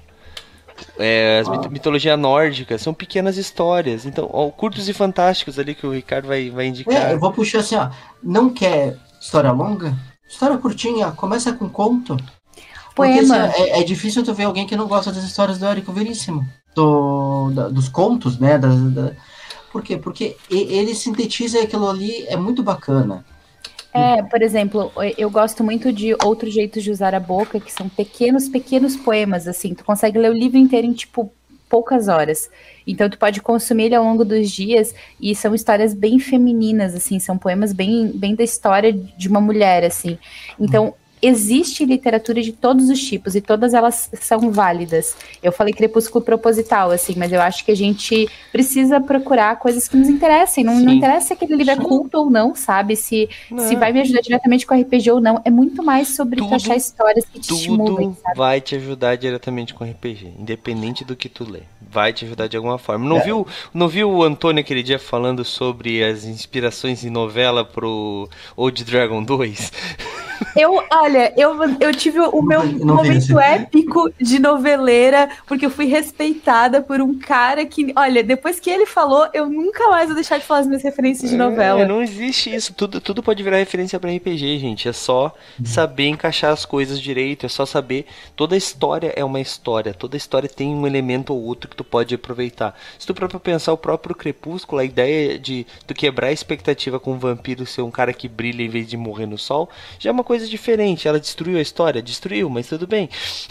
Speaker 2: Mitologia nórdica. São pequenas histórias. Então, ó, curtos e fantásticos ali que o Ricardo vai indicar.
Speaker 3: Eu vou puxar assim, ó. Não quer história longa? História curtinha. Começa com conto.
Speaker 4: Poema.
Speaker 3: Porque é difícil tu ver alguém que não gosta das histórias do Érico Veríssimo. Dos contos, né? Por quê? Porque ele sintetiza aquilo ali, é muito bacana.
Speaker 4: Por exemplo, eu gosto muito de Outros Jeitos de Usar a Boca, que são pequenos poemas, assim. Tu consegue ler o livro inteiro em, tipo, poucas horas. Então, tu pode consumir ele ao longo dos dias, e são histórias bem femininas, assim. São poemas bem da história de uma mulher, assim. Então, existe literatura de todos os tipos e todas elas são válidas. Eu falei crepúsculo proposital, assim, mas eu acho que a gente precisa procurar coisas que nos interessem. Não interessa se aquele livro é culto ou não, sabe? Se vai me ajudar diretamente com RPG ou não. É muito mais sobre tu achar histórias que te estimulem, sabe?
Speaker 2: Vai te ajudar diretamente com RPG, independente do que tu lê. Vai te ajudar de alguma forma. Não viu o Antônio aquele dia falando sobre as inspirações em novela pro Old Dragon 2?
Speaker 4: Olha, Olha, eu tive o meu momento épico de noveleira, porque eu fui respeitada por um cara que, olha, depois que ele falou, eu nunca mais vou deixar de falar as minhas referências de novela.
Speaker 2: Não existe isso. Tudo pode virar referência pra RPG, gente. É só saber encaixar as coisas direito, é só saber. Toda história é uma história. Toda história tem um elemento ou outro que tu pode aproveitar. Se tu próprio pensar o próprio Crepúsculo, a ideia de tu quebrar a expectativa com um vampiro ser um cara que brilha em vez de morrer no sol, já é uma coisa diferente. Ela destruiu a história? Destruiu, mas tudo bem.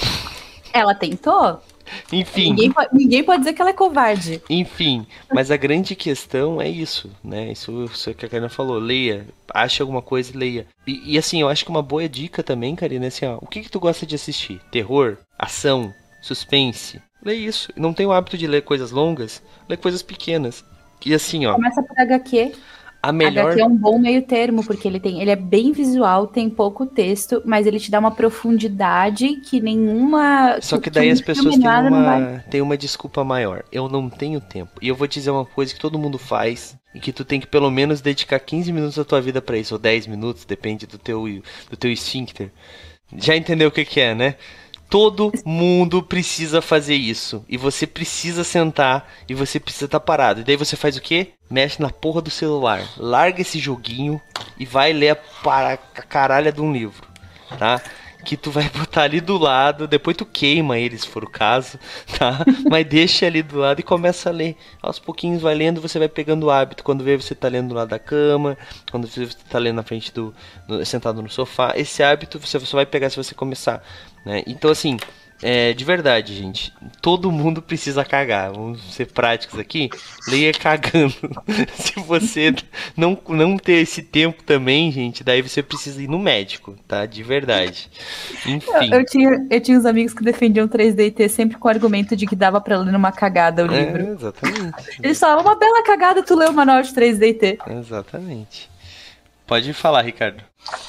Speaker 4: Ela tentou?
Speaker 2: Enfim.
Speaker 4: Ninguém pode dizer que ela é covarde.
Speaker 2: Enfim, mas a grande questão é isso, né? Isso que a Karina falou, leia, ache alguma coisa e leia. E assim, eu acho que uma boa dica também, Karina, é assim, ó, o que tu gosta de assistir? Terror? Ação? Suspense? Lê isso. Não tem o hábito de ler coisas longas? Lê coisas pequenas. E assim, ó...
Speaker 4: Começa por HQ.
Speaker 2: A melhor...
Speaker 4: HQ é um bom meio termo, porque ele é bem visual, tem pouco texto, mas ele te dá uma profundidade que nenhuma...
Speaker 2: Só que daí as pessoas têm uma desculpa maior. Eu não tenho tempo. E eu vou te dizer uma coisa que todo mundo faz, e que tu tem que pelo menos dedicar 15 minutos da tua vida pra isso, ou 10 minutos, depende do teu esfíncter. Já entendeu o que é, né? Todo mundo precisa fazer isso. E você precisa sentar e você precisa estar parado. E daí você faz o quê? Mexe na porra do celular. Larga esse joguinho e vai ler a caralha de um livro, tá? Que tu vai botar ali do lado, depois tu queima ele, se for o caso, tá? Mas deixa ali do lado e começa a ler. Aos pouquinhos vai lendo, você vai pegando o hábito. Quando vê, você tá lendo do lado da cama, quando vê, você tá lendo na frente sentado no sofá. Esse hábito você só vai pegar se você começar, né? Então assim, de verdade, gente, todo mundo precisa cagar. Vamos ser práticos aqui. Leia cagando. Se você não ter esse tempo também, gente, daí você precisa ir no médico, tá? De verdade. Enfim.
Speaker 4: Eu tinha uns amigos que defendiam 3DT sempre com o argumento de que dava pra ler numa cagada o livro.
Speaker 2: Exatamente.
Speaker 4: Eles falavam, uma bela cagada tu leu o manual de 3DT.
Speaker 2: Exatamente. Pode falar, Ricardo.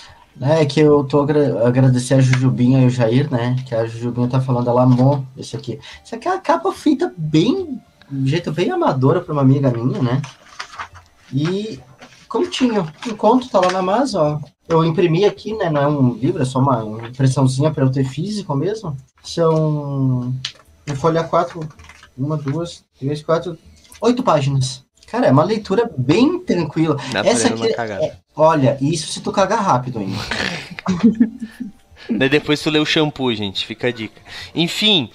Speaker 3: É que eu tô agradecer a Jujubinha e o Jair, né? Que a Jujubinha tá falando, ela amou esse aqui. Isso aqui é uma capa feita bem, de um jeito bem amadora pra uma amiga minha, né? E como tinha, o conto tá lá na Amazon, ó. Eu imprimi aqui, né? Não é um livro, é só uma impressãozinha pra eu ter físico mesmo. São em folha 4, 1, 2, 3, 4, 8 páginas. Cara, é uma leitura bem tranquila. Essa aqui, olha, isso se tu cagar rápido ainda.
Speaker 2: Daí depois tu lê o shampoo, gente, fica a dica. Enfim,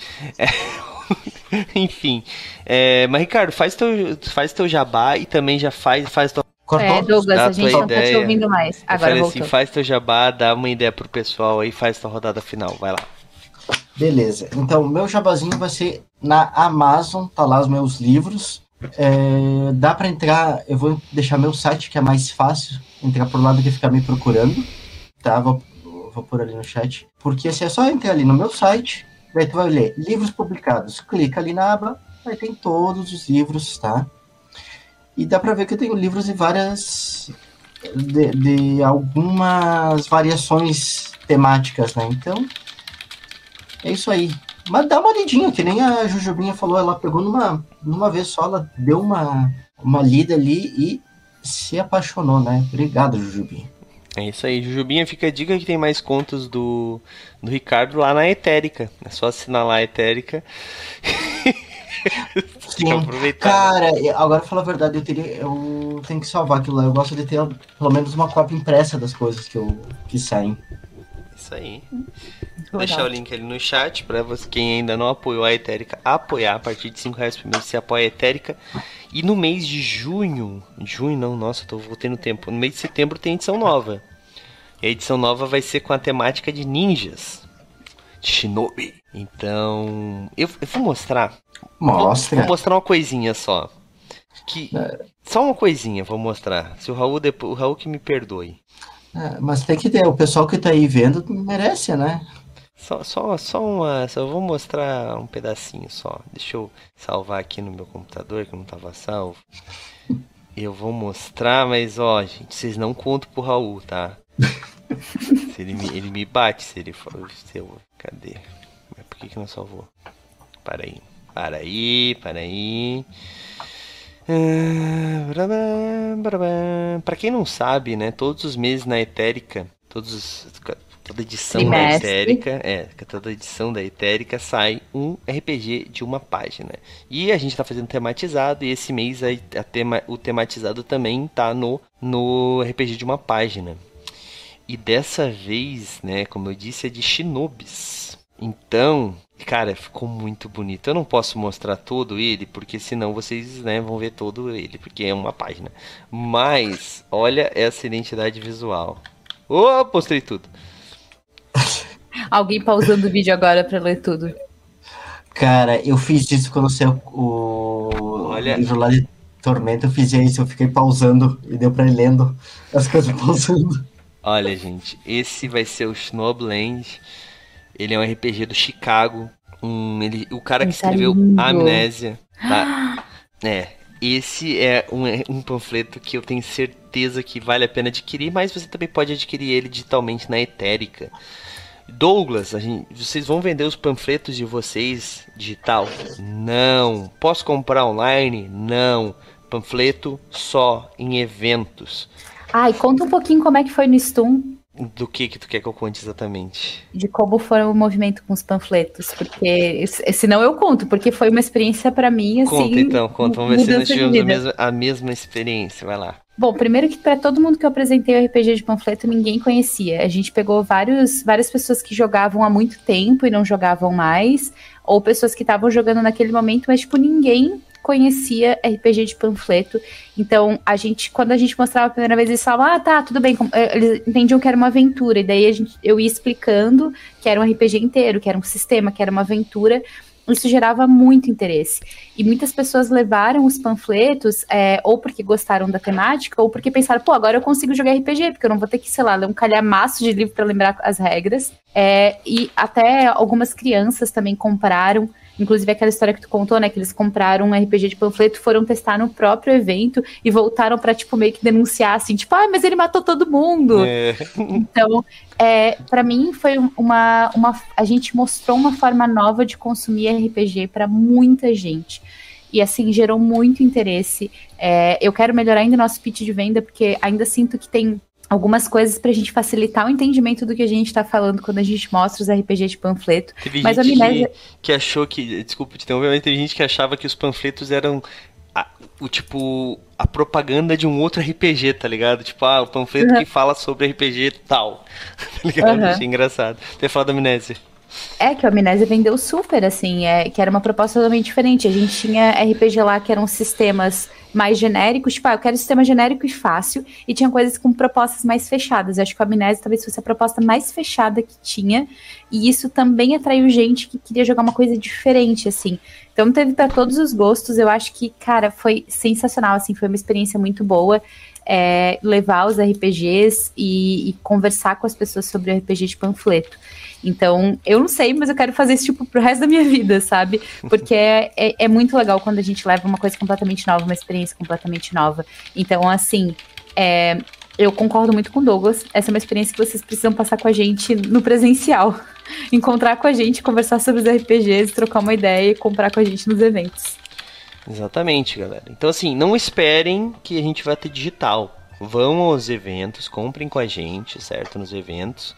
Speaker 2: mas Ricardo, faz teu jabá e também já faz tua...
Speaker 4: Douglas, a gente não tá te ouvindo mais. Agora voltou.
Speaker 2: Assim, faz teu jabá, dá uma ideia pro pessoal aí, faz tua rodada final, vai lá.
Speaker 3: Beleza, então o meu jabazinho vai ser na Amazon, tá lá os meus livros. Dá para entrar, eu vou deixar meu site que é mais fácil entrar por lá do que ficar me procurando, tá? Vou pôr ali no chat, porque assim, é só entrar ali no meu site, daí tu vai ler livros publicados, clica ali na aba, aí tem todos os livros, tá? E dá para ver que eu tenho livros de várias de algumas variações temáticas, né? Então é isso aí. Mas dá uma lidinha, que nem a Jujubinha falou, ela pegou numa vez só, ela deu uma lida ali e se apaixonou, né? Obrigado, Jujubinha.
Speaker 2: É isso aí, Jujubinha, fica a dica que tem mais contos do Ricardo lá na Etérica. É só assinar lá a Etérica.
Speaker 3: Sim, cara, agora pra falar a verdade, eu tenho que salvar aquilo lá. Eu gosto de ter pelo menos uma cópia impressa das coisas que saem.
Speaker 2: Isso aí. Vou deixar o link ali no chat pra você, quem ainda não apoiou a Etérica, apoiar a partir de R$5 por mês. Você apoia a Etérica. E no mês de junho, nossa, tô voltando tempo. No mês de setembro tem edição nova. E a edição nova vai ser com a temática de ninjas, de Shinobi. Então, eu vou mostrar.
Speaker 3: Mostra.
Speaker 2: Vou mostrar uma coisinha só. Só uma coisinha vou mostrar. Se o Raul que me perdoe.
Speaker 3: Mas tem que ter, o pessoal que tá aí vendo merece, né?
Speaker 2: Eu vou mostrar um pedacinho só. Deixa eu salvar aqui no meu computador, que não tava salvo. Eu vou mostrar, mas ó, gente, vocês não contam pro Raul, tá? Ele me bate se ele for. Cadê? Mas por que não salvou? Para aí. Pra quem não sabe, né, todos os meses na Etérica, toda edição
Speaker 4: Trimestre.
Speaker 2: da Etérica, toda edição da Etérica sai um RPG de uma página. E a gente tá fazendo tematizado, e esse mês o tematizado também tá no RPG de uma página. E dessa vez, né, como eu disse, é de Shinobis. Então, cara, ficou muito bonito. Eu não posso mostrar todo ele, porque senão vocês, né, vão ver todo ele, porque é uma página. Mas, olha essa identidade visual. Postei tudo.
Speaker 4: Alguém pausando o vídeo agora pra ler tudo.
Speaker 3: Cara, eu fiz isso quando saiu o livro lá de Tormenta, eu fiz isso, eu fiquei pausando e deu pra ir lendo as coisas pausando.
Speaker 2: Olha, gente, esse vai ser o Snowbland. Ele é um RPG do Chicago. O cara que escreveu Amnésia. Tá? Esse é um panfleto que eu tenho certeza que vale a pena adquirir, mas você também pode adquirir ele digitalmente na Etérica. Douglas, vocês vão vender os panfletos de vocês digital? Não. Posso comprar online? Não. Panfleto só em eventos.
Speaker 4: E conta um pouquinho como é que foi no Stum.
Speaker 2: Do que tu quer que eu conte exatamente?
Speaker 4: De como foi o movimento com os panfletos, porque senão eu conto, porque foi uma experiência pra mim, assim...
Speaker 2: Conta, vamos ver se nós tivemos a mesma experiência, vai lá.
Speaker 4: Bom, primeiro que pra todo mundo que eu apresentei o RPG de panfleto, ninguém conhecia. A gente pegou várias pessoas que jogavam há muito tempo e não jogavam mais, ou pessoas que estavam jogando naquele momento, mas tipo, ninguém conhecia RPG de panfleto. Então, quando a gente mostrava a primeira vez, eles falavam, tá, tudo bem. Eles entendiam que era uma aventura, e daí eu ia explicando que era um RPG inteiro, que era um sistema, que era uma aventura. Isso gerava muito interesse. E muitas pessoas levaram os panfletos, ou porque gostaram da temática, ou porque pensaram, agora eu consigo jogar RPG, porque eu não vou ter que, sei lá, ler um calhamaço de livro para lembrar as regras. E até algumas crianças também compraram. Inclusive aquela história que tu contou, né? Que eles compraram um RPG de panfleto, foram testar no próprio evento e voltaram pra, meio que denunciar, assim, mas ele matou todo mundo. Então, pra mim foi a gente mostrou uma forma nova de consumir RPG pra muita gente. E, assim, gerou muito interesse. Eu quero melhorar ainda o nosso pitch de venda, porque ainda sinto que tem algumas coisas pra gente facilitar o entendimento do que a gente tá falando quando a gente mostra os RPG de panfleto.
Speaker 2: Teve
Speaker 4: mas
Speaker 2: gente
Speaker 4: a Amnésia...
Speaker 2: que achou que... Desculpa te interromper, mas teve gente que achava que os panfletos eram a propaganda de um outro RPG, tá ligado? O panfleto que fala sobre RPG tal. Tá ligado? Achei engraçado. Você ia falar da Amnésia.
Speaker 4: Que a Amnésia vendeu super, assim, que era uma proposta totalmente diferente. A gente tinha RPG lá que eram sistemas mais genéricos, eu quero sistema genérico e fácil, e tinha coisas com propostas mais fechadas. Eu acho que a Amnésia talvez fosse a proposta mais fechada que tinha, e isso também atraiu gente que queria jogar uma coisa diferente, assim. Então teve para todos os gostos. Eu acho que, cara, foi sensacional, assim, foi uma experiência muito boa. Levar os RPGs e conversar com as pessoas sobre o RPG de panfleto. Então, eu não sei, mas eu quero fazer isso pro resto da minha vida, sabe? Porque é muito legal quando a gente leva uma coisa completamente nova, uma experiência completamente nova. Então, assim, eu concordo muito com o Douglas. Essa é uma experiência que vocês precisam passar com a gente no presencial. Encontrar com a gente, conversar sobre os RPGs, trocar uma ideia e comprar com a gente nos eventos.
Speaker 2: Exatamente, galera. Então, assim, não esperem que a gente vai ter digital. Vão aos eventos, comprem com a gente, certo? Nos eventos.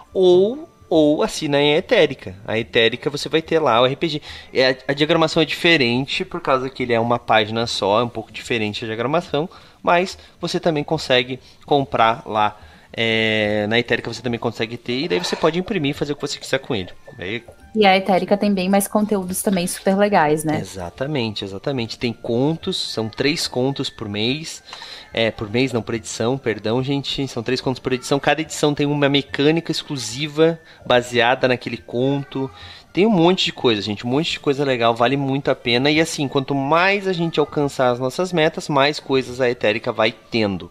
Speaker 2: Ou assinem a Etérica. A Etérica você vai ter lá o RPG. A diagramação é diferente, por causa que ele é uma página só, é um pouco diferente a diagramação, mas você também consegue comprar lá. Na Etérica você também consegue ter, e daí você pode imprimir e fazer o que você quiser com ele.
Speaker 4: E a Etérica tem bem mais conteúdos também super legais, né?
Speaker 2: Exatamente. Tem contos, são 3 contos por mês. Por edição, perdão, gente. São 3 contos por edição. Cada edição tem uma mecânica exclusiva baseada naquele conto. Tem um monte de coisa, gente. Um monte de coisa legal, vale muito a pena. E assim, quanto mais a gente alcançar as nossas metas, mais coisas a Etérica vai tendo.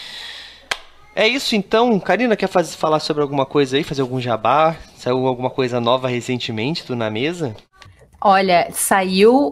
Speaker 2: É isso então. Karina, quer falar sobre alguma coisa aí? Fazer algum jabá? Saiu alguma coisa nova recentemente, tu na mesa?
Speaker 4: Olha, saiu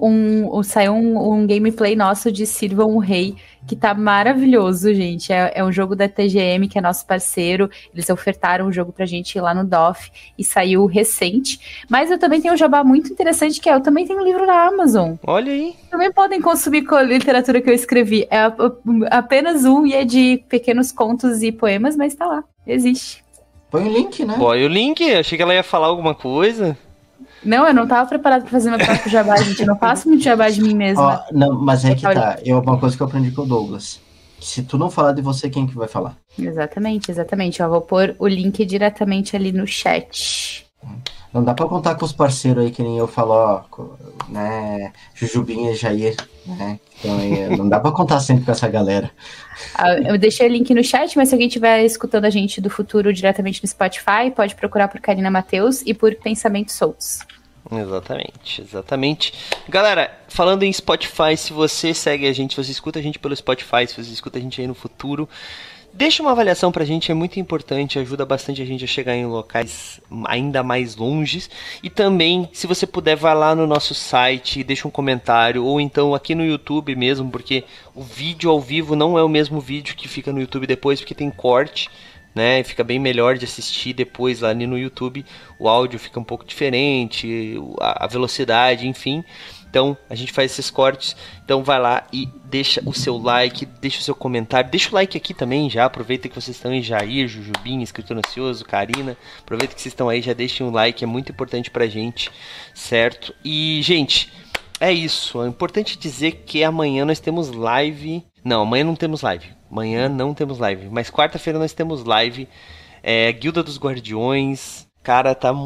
Speaker 4: um gameplay nosso de Sirvam o Rei, que tá maravilhoso, gente. É um jogo da TGM, que é nosso parceiro. Eles ofertaram o jogo pra gente ir lá no DOF e saiu recente. Mas eu também tenho um jabá muito interessante, que eu também tenho um livro na Amazon.
Speaker 2: Olha aí.
Speaker 4: Também podem consumir com a literatura que eu escrevi. É apenas um e é de pequenos contos e poemas, mas tá lá. Existe.
Speaker 3: Põe o link, né?
Speaker 2: Põe o link, achei que ela ia falar alguma coisa.
Speaker 4: Não, eu não tava preparado pra fazer meu próprio jabá, gente. Eu não faço muito jabá de mim mesma.
Speaker 3: Não, mas é que tá. Uma coisa que eu aprendi com o Douglas. Se tu não falar de você, quem que vai falar?
Speaker 4: Exatamente. Eu vou pôr o link diretamente ali no chat.
Speaker 3: Não dá pra contar com os parceiros aí, que nem eu falo, ó, né, Jujubinha e Jair, né? Então, não dá pra contar sempre com essa galera.
Speaker 4: Eu deixei o link no chat, mas se alguém estiver escutando a gente do futuro diretamente no Spotify, pode procurar por Karina Mateus e por Pensamentos Soltos.
Speaker 2: Exatamente. Galera, falando em Spotify, se você segue a gente, se você escuta a gente pelo Spotify, se você escuta a gente aí no futuro, deixa uma avaliação pra gente, é muito importante, ajuda bastante a gente a chegar em locais ainda mais longes. E também, se você puder, vai lá no nosso site, deixa um comentário, ou então aqui no YouTube mesmo, porque o vídeo ao vivo não é o mesmo vídeo que fica no YouTube depois, porque tem corte, né? Fica bem melhor de assistir depois lá no YouTube, o áudio fica um pouco diferente, a velocidade, enfim. Então, a gente faz esses cortes. Então, vai lá e deixa o seu like, deixa o seu comentário. Deixa o like aqui também já. Aproveita que vocês estão em Jair, Jujubim, Escritor Ansioso, Karina. Aproveita que vocês estão aí, já deixem um like. É muito importante pra gente, certo? E, gente, é isso. É importante dizer que amanhã nós temos live. Não, amanhã não temos live. Amanhã não temos live. Mas quarta-feira nós temos live. Guilda dos Guardiões. Cara, tá...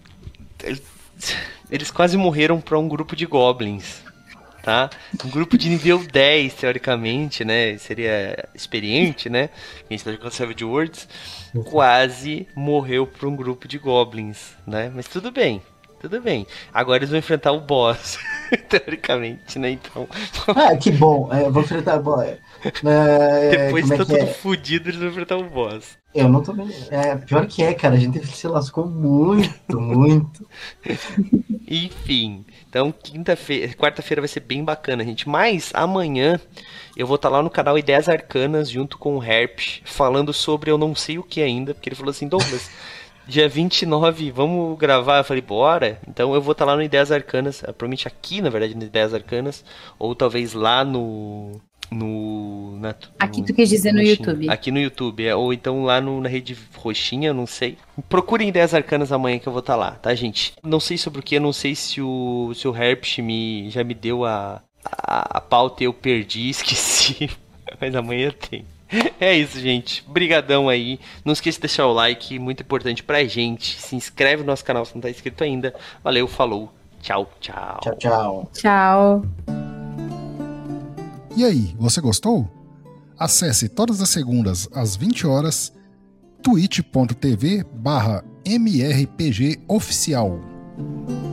Speaker 2: Eles quase morreram pra um grupo de goblins, tá? Um grupo de nível 10, teoricamente, né? Seria experiente, né? A gente tá jogando Savage Worlds. Quase morreu pra um grupo de goblins, né? Mas tudo bem. Agora eles vão enfrentar o boss, teoricamente, né? Então...
Speaker 3: que bom. Eu vou enfrentar o boss.
Speaker 2: Depois de estar tudo fudido, eles vão enfrentar o boss.
Speaker 3: Eu não tô bem. Pior que cara. A gente se lascou muito.
Speaker 2: Enfim. Então, quarta-feira vai ser bem bacana, gente. Mas amanhã eu vou estar lá no canal Ideias Arcanas, junto com o Herp, falando sobre eu não sei o que ainda, porque ele falou assim, Douglas, dia 29, vamos gravar? Eu falei, bora. Então eu vou estar lá no Ideias Arcanas, provavelmente aqui, na verdade, no Ideias Arcanas, ou talvez lá aqui
Speaker 4: tu quis dizer no YouTube.
Speaker 2: Aqui no YouTube, ou então lá na Rede Roxinha, eu não sei. Procurem Ideias Arcanas amanhã que eu vou estar lá, tá, gente? Não sei sobre o que, não sei se o Herpsch já me deu a pauta e eu perdi, esqueci. Mas amanhã tem. É isso, gente. Brigadão aí. Não esqueça de deixar o like, muito importante pra gente. Se inscreve no nosso canal se não tá inscrito ainda. Valeu, falou. Tchau.
Speaker 4: Tchau.
Speaker 5: E aí, você gostou? Acesse todas as segundas às 20 horas twitch.tv/mrpgoficial.